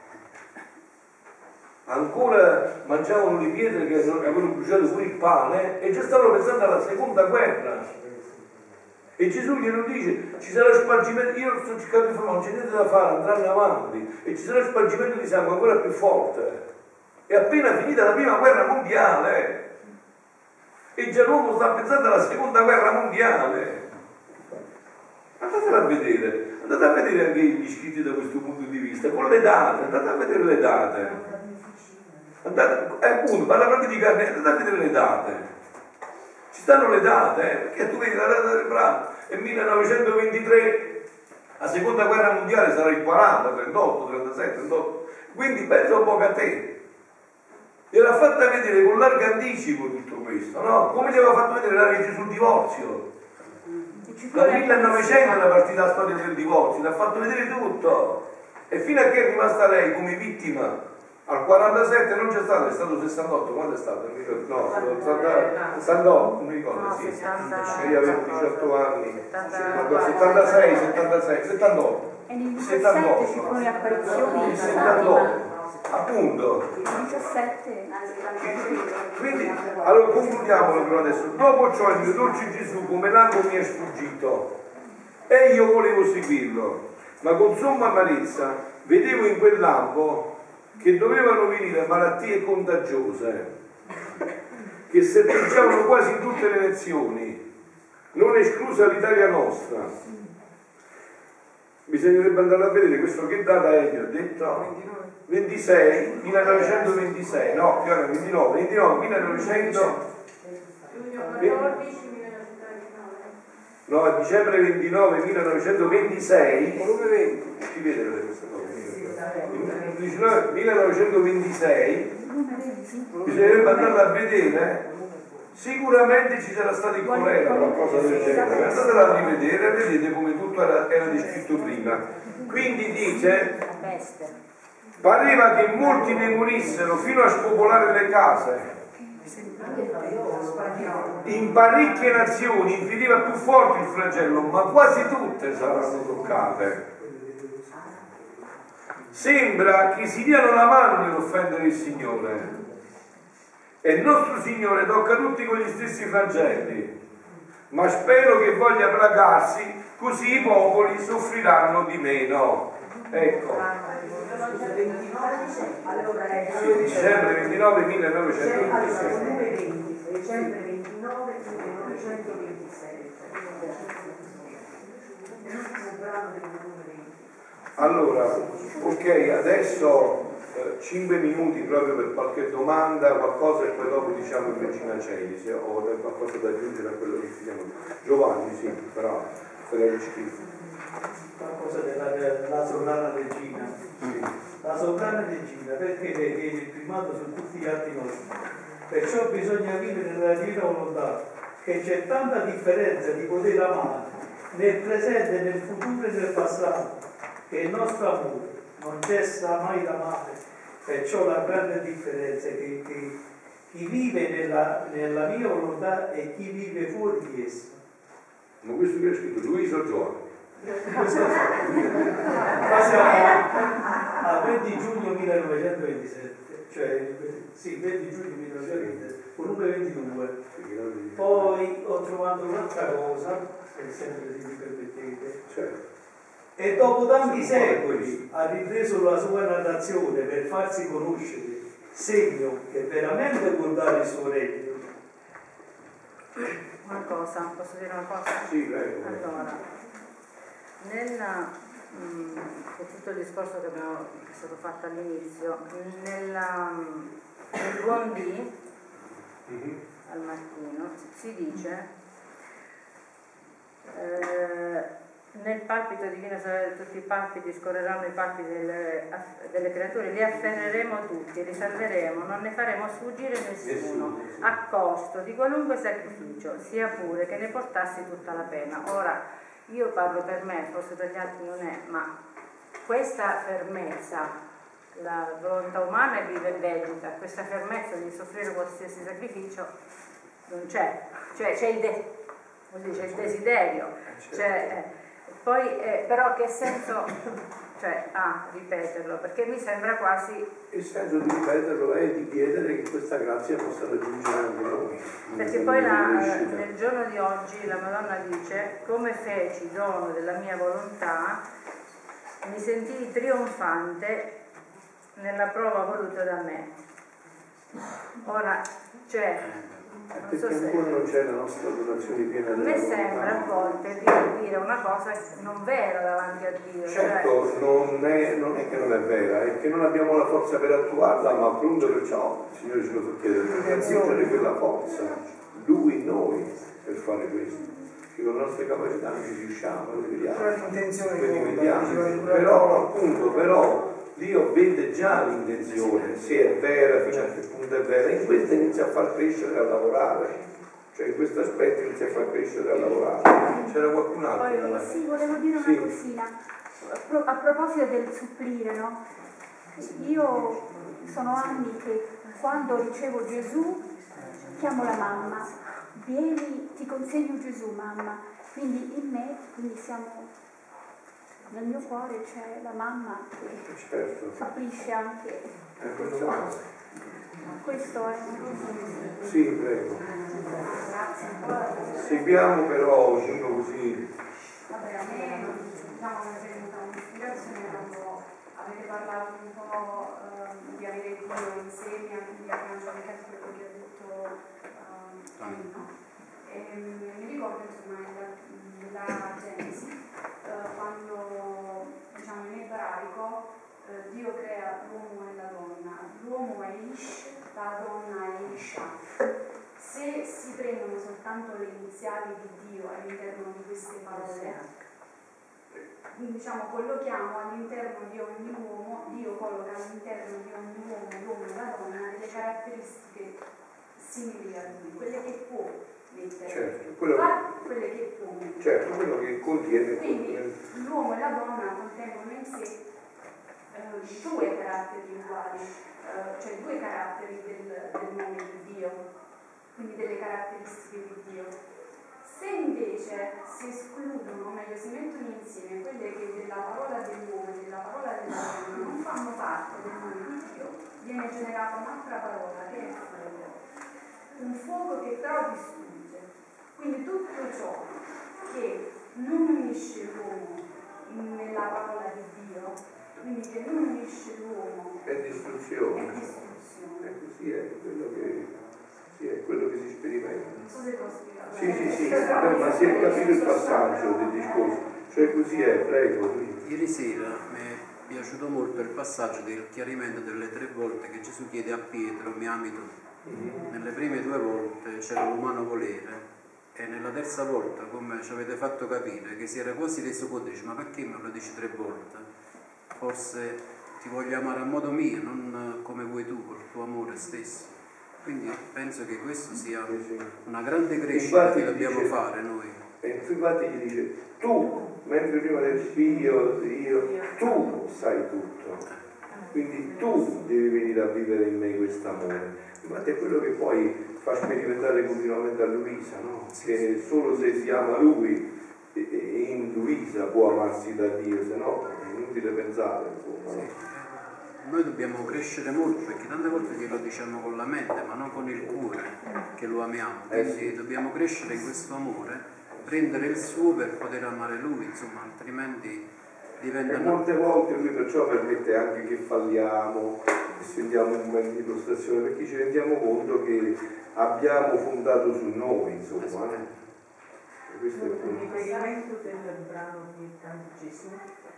ancora mangiavano le pietre che avevano bruciato pure il pane e già stavano pensando alla seconda guerra. E Gesù glielo dice, ci sarà spargimento, io sto cercando di informare, non c'è niente da fare, andranno avanti, e ci sarà spargimento di sangue ancora più forte. È appena finita la prima guerra mondiale e già l'uomo sta pensando alla seconda guerra mondiale. Andatela a vedere, andate a vedere anche gli scritti da questo punto di vista, con le date, andate a vedere le date. Andate, eh, appunto, parla proprio di carne, andate a vedere le date. Ci stanno le date, eh, perché tu vedi la data del brano, è millenovecentoventitré, la seconda guerra mondiale sarà il quaranta, trentotto, trentasette, trentotto, quindi pensa un po' a te. Gliel'ha fatta vedere con largo anticipo tutto questo, no? Come gli aveva fatto vedere la legge sul divorzio? Dal millenovecento è la partita la storia del divorzio, l'ha fatto vedere tutto. E fino a che è rimasta lei come vittima al quarantasette non c'è stato, è stato sessantotto, quando è stato? No, sessantotto, non mi ricordo, sì. Io avevo diciotto anni, settantasei, settantasei, settantotto. E nel diciassette ci furono le apparizioni di settantotto. appunto. diciassette. Quindi, allora concludiamolo però adesso. Dopo ciò il mio dolce Gesù come lampo mi è sfuggito e io volevo seguirlo, ma con somma amarezza vedevo in quel lampo che dovevano venire malattie contagiose che serpeggiavano quasi in tutte le nazioni, non esclusa l'Italia nostra. Bisognerebbe andare a vedere questo che data è, vi ho detto ventisei, millenovecentoventisei, no, che era ventinove, ventinove, millenovecento, no, a dicembre ventinove, millenovecentoventisei, si vede questa cosa? millenovecentoventisei, bisognerebbe andare a vedere, sicuramente ci sarà stato il colera o qualcosa del genere, andatela a rivedere, vedete come tutto era, era descritto prima. Quindi dice, pareva che molti ne morissero fino a spopolare le case. In parecchie nazioni infiliva più forte il flagello, ma quasi tutte saranno toccate. Sembra che si diano la mano nell'offendere il Signore e il nostro Signore tocca tutti con gli stessi flagelli, ma spero che voglia placarsi, così i popoli soffriranno di meno. Ecco, sì, dicembre ventinove millenovecentoventisei. Dicembre ventinove millenovecentoventisei. Allora, ok, adesso eh, cinque minuti proprio per qualche domanda, qualcosa, e poi dopo diciamo il Regina Celi, se ho qualcosa da aggiungere a quello che stiamo. Giovanni, sì, però se l'hai scritto. Qualcosa della, della sovrana regina. Sì. La sovrana regina perché detiene il primato su tutti gli atti nostri. Perciò bisogna vivere nella divina volontà, che c'è tanta differenza di poter amare nel presente, nel futuro e nel passato, che il nostro amore non cessa mai d'amare. Perciò la grande differenza è che, che chi vive nella, nella mia volontà e chi vive fuori di essa. Ma questo che è scritto Luisa o Giovanni? Passiamo a venti giugno millenovecentoventisette, cioè sì, venti giugno millenovecentoventisette, volume ventidue. Poi ho trovato un'altra cosa, se sempre se mi permettete. Certo. E dopo tanti secoli ha ripreso la sua narrazione per farsi conoscere, segno che veramente vuol dare il suo regno. Una cosa, posso dire una cosa? Sì, prego. Allora, nella, mh, per tutto il discorso che, abbiamo, che è stato fatto all'inizio, nella, nel buon dì, mm-hmm. al mattino, si dice eh, nel palpito divino tutti i palpiti scorreranno i palpiti delle, delle creature, li afferreremo tutti, li salveremo, non ne faremo sfuggire nessuno a costo di qualunque sacrificio, sia pure che ne portassi tutta la pena. Ora io parlo per me, forse per gli altri non è, ma questa fermezza, la volontà umana vive e vegeta, questa fermezza di soffrire qualsiasi sacrificio non c'è, cioè c'è il, de- c'è il desiderio, c'è, eh, poi eh, però che senso cioè, ha ripeterlo? Perché mi sembra quasi... Il senso di ripeterlo è di chiedere che questa grazia possa raggiungere anche noi. Perché poi la, nel giorno di oggi la Madonna dice: come feci dono della mia volontà, mi sentii trionfante nella prova voluta da me. Ora, cioè... Perché so se... ancora non c'è la nostra donazione piena della volontà. A me sembra a volte di dire una cosa non vera davanti a Dio. Certo, cioè... non, è, non è che non è vera, è che non abbiamo la forza per attuarla, ma appunto perciò il Signore ce lo fa chiedere per raggiungere quella forza, Lui in noi, per fare questo. Che con le nostre capacità non ci riusciamo, le vediamo, però appunto, però Dio vede già l'intenzione, se è vera, fino a che punto è vera, in questo inizia a far crescere e a lavorare, cioè in questo aspetto inizia a far crescere e a lavorare. C'era qualcun altro? Poi, sì, volevo dire una sì. cosina, a proposito del supplire, no? Io sono anni che quando ricevo Gesù chiamo la mamma, vieni, ti consegno Gesù mamma, quindi in me, quindi siamo nel mio cuore c'è la mamma che Certo. supplisce anche Eh, tutto ciò. Questo è Sì, prego. Seguiamo però ognuno così. Vabbè, a me diciamo, mi è venuta un'ispirazione quando avete parlato un po' ehm, di avere Dio in sé, anche di Arcangelo Michele, quello che ha detto ehm, Tonino. E mi ricordo insomma nella, nella Genesi, eh, quando diciamo in ebraico eh, Dio crea l'uomo e la donna. L'uomo è Ish, la donna è Isha. Se si prendono soltanto le iniziali di Dio all'interno di queste parole, diciamo, collochiamo all'interno di ogni uomo, Dio colloca all'interno di ogni uomo, l'uomo e la donna, delle caratteristiche simili a lui, quelle che può mettere, Certo, quello, quelle che può mettere. certo, quello che contiene. Quindi l'uomo e la donna contengono in sé eh, due caratteri uguali, eh, cioè due caratteri del, del nome di Dio, quindi delle caratteristiche di Dio. Se invece si escludono, o meglio si mettono insieme quelle che della parola dell'uomo e della parola della donna non fanno parte del nome di Dio, viene generata un'altra parola che è fuoco, un fuoco che però distrugge. Quindi tutto ciò che non unisce l'uomo nella parola di Dio, quindi che non unisce l'uomo, è distruzione. è distruzione. E così è quello che, sì, è quello che si sperimenta. Non so se posso spiegare. Sì, sì, sì, no, ma si è capito il passaggio del discorso, cioè così è, prego. Ieri sera mi è piaciuto molto il passaggio del chiarimento delle tre volte che Gesù chiede a Pietro: mi ami tu? Mm-hmm. Nelle prime due volte c'era l'umano volere e nella terza volta, come ci avete fatto capire, che si era quasi reso conto, dice: ma perché me lo dici tre volte? Forse ti voglio amare a modo mio, non come vuoi tu, col tuo amore stesso. Quindi penso che questo sia una grande crescita infatti che dobbiamo dice, fare noi. E infatti gli dice: tu, mentre prima del figlio, io, tu sai tutto. Quindi tu devi venire a vivere in me quest'amore. Infatti è quello che poi fa sperimentare continuamente a Luisa, no? Che solo se si ama lui e in Luisa può amarsi da Dio, se no è inutile pensare. Insomma, no? Noi dobbiamo crescere molto perché tante volte glielo diciamo con la mente ma non con il cuore che lo amiamo, quindi eh sì. Dobbiamo crescere in questo amore, prendere il suo per poter amare lui, insomma, altrimenti diventa... E molte volte lui perciò permette anche che falliamo, che sentiamo un momento di prostrazione, perché ci rendiamo conto che abbiamo fondato su noi, insomma. Eh. Questo è il punto. Il riferimento del brano di Canto Gesù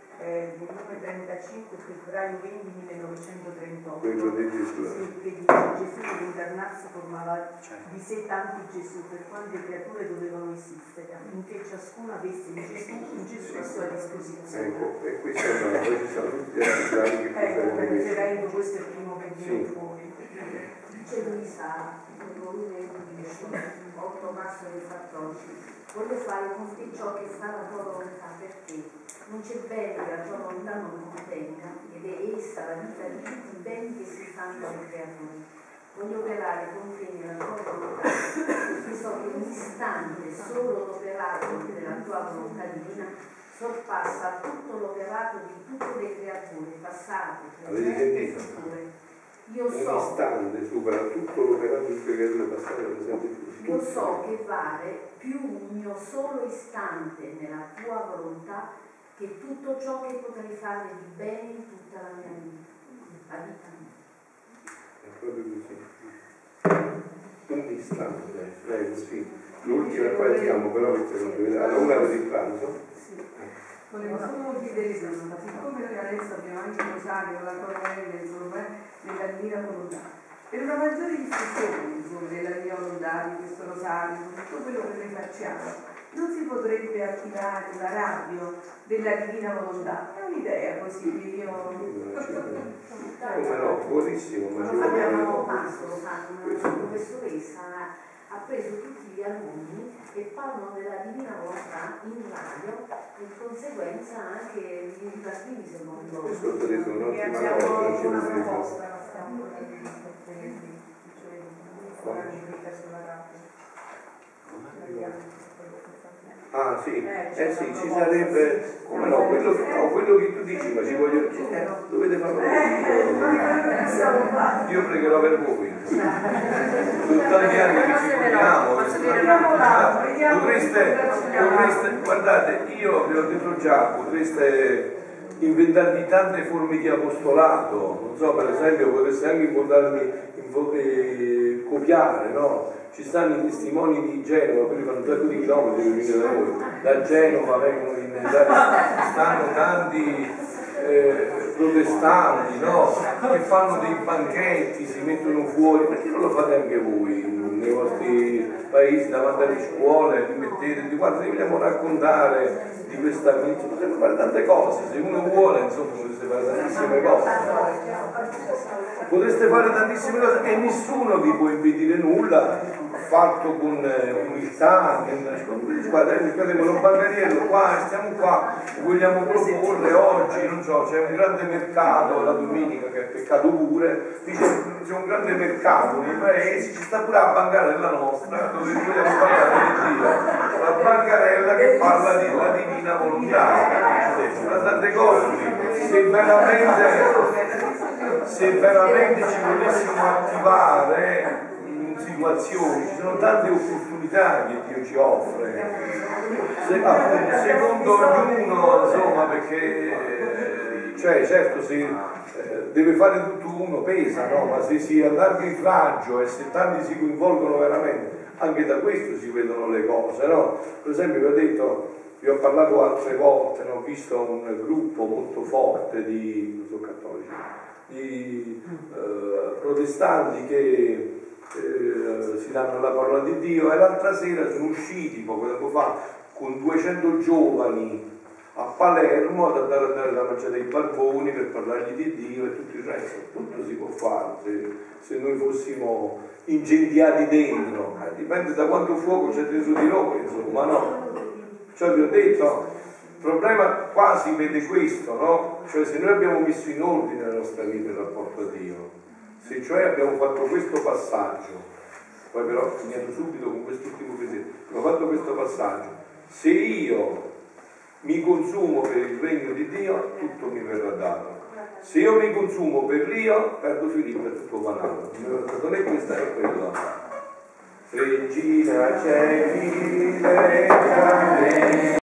è il volume trentacinque, febbraio venti millenovecentotrentotto. Quello di Gesù. Sì, che dice: Gesù nell'incarnarsi formava di sé tanti Gesù, per quante creature dovevano esistere, affinché ciascuno avesse in Gesù, in Gesù a sua disposizione. Ecco, e questo è una poi ci sono tutti gli altri brani che ecco, per referendo questo è il primo che viene sì. fuori. C'è Luisa, nel volume otto marzo del quattordici. Voglio fare con te ciò che sta alla tua volontà, perché non c'è bene che la tua volontà non contenga, ed è essa la vita di tutti i beni che si fanno ai creatori. Voglio operare con te nella tua volontà, perché so che un istante solo l'operato della tua volontà divina sorpassa tutto l'operato di tutte le creature, passate, presenti e future. Io un so, istante supera tutto l'operato di tutte le creature passate, presenti e future. Io so che vale più un mio solo istante nella tua volontà che tutto ciò che potrei fare di bene in tutta la mia vita. La vita mia. È proprio così. Un istante, prego, sì. L'ultima e poi andiamo, però perché non deve dare una per il pranzo. Sì. Volevo solo chiedere, siccome noi adesso abbiamo anche il rosario, la corrente, insomma, nella divina volontà, per una maggiore diffusione insomma, della divina volontà, di questo rosario, di tutto quello che noi facciamo, non si potrebbe attivare la radio della divina volontà? È un'idea così che io... Come no, buonissimo, ma Quando abbiamo Passo, lo fanno, una professoressa ha preso tutti gli alunni e parlano della divina volontà in radio e di conseguenza anche i bambini se non lo questo è detto un'ottima abbiamo cosa, ci una vuole proposta, la stiamo sulla radio. Ah sì, eh sì, ci sarebbe, come no, quello, no, quello che tu dici, ma ci voglio, eh, dovete farlo voi. Io pregherò per voi. Sono tanti anni che ci vogliamo, potreste, potreste, guardate, io vi ho detto già, potreste inventarvi tante forme di apostolato, non so, per esempio potreste anche inventarmi, invo- eh, copiare, no? Ci stanno i testimoni di Genova, quelli fanno un sacco di chilometri per venire da voi, da Genova vengono a inventare, ci stanno tanti eh, protestanti, no? Che fanno dei banchetti, si mettono fuori, perché non lo fate anche voi nei vostri paesi, davanti alle scuole, vi mettete, di guarda, vogliamo raccontare di questa amica, potremmo fare tante cose, se uno vuole, insomma, potreste fare tantissime cose. Potreste fare tantissime cose e nessuno vi può impedire nulla, fatto con umiltà, guarda, mettiamo un bancariello qua, stiamo qua, vogliamo proporre oggi, non so, c'è un grande mercato la domenica, che è peccato pure, dice c'è un grande mercato nei paesi, ci sta pure la bancarella nostra, dove vogliamo parlare di Dio, la bancarella che parla della divina volontà, sono tante cose, se veramente, se veramente ci volessimo attivare in situazioni, ci sono tante opportunità che Dio ci offre, se, appunto, secondo ognuno, insomma, perché cioè certo se eh, deve fare tutto uno pesa, no? Ma se si allarga il raggio e se tanti si coinvolgono veramente, anche da questo si vedono le cose, no? Per esempio vi ho detto, vi ho parlato altre volte, no? Ho visto un gruppo molto forte di, non so, cattolici, di eh, protestanti che eh, si danno la parola di Dio, e l'altra sera sono usciti poco tempo fa con duecento giovani a Palermo ad andare, andare da mangiare dei barboni per parlargli di Dio e tutto il resto. Tutto si può fare se, se noi fossimo incendiati dentro, eh, dipende da quanto fuoco c'è dentro di noi, insomma, no? Cioè vi ho detto, il problema qua si vede questo, no? Cioè se noi abbiamo messo in ordine la nostra vita, il rapporto a Dio, se cioè abbiamo fatto questo passaggio, poi però finiamo subito con quest'ultimo pensiero, abbiamo fatto questo passaggio, se io mi consumo per il regno di Dio, tutto mi verrà dato. Se io mi consumo per l'io, perdo Filippo e tutto vanato. Non è questa, è quella. Regina, c'è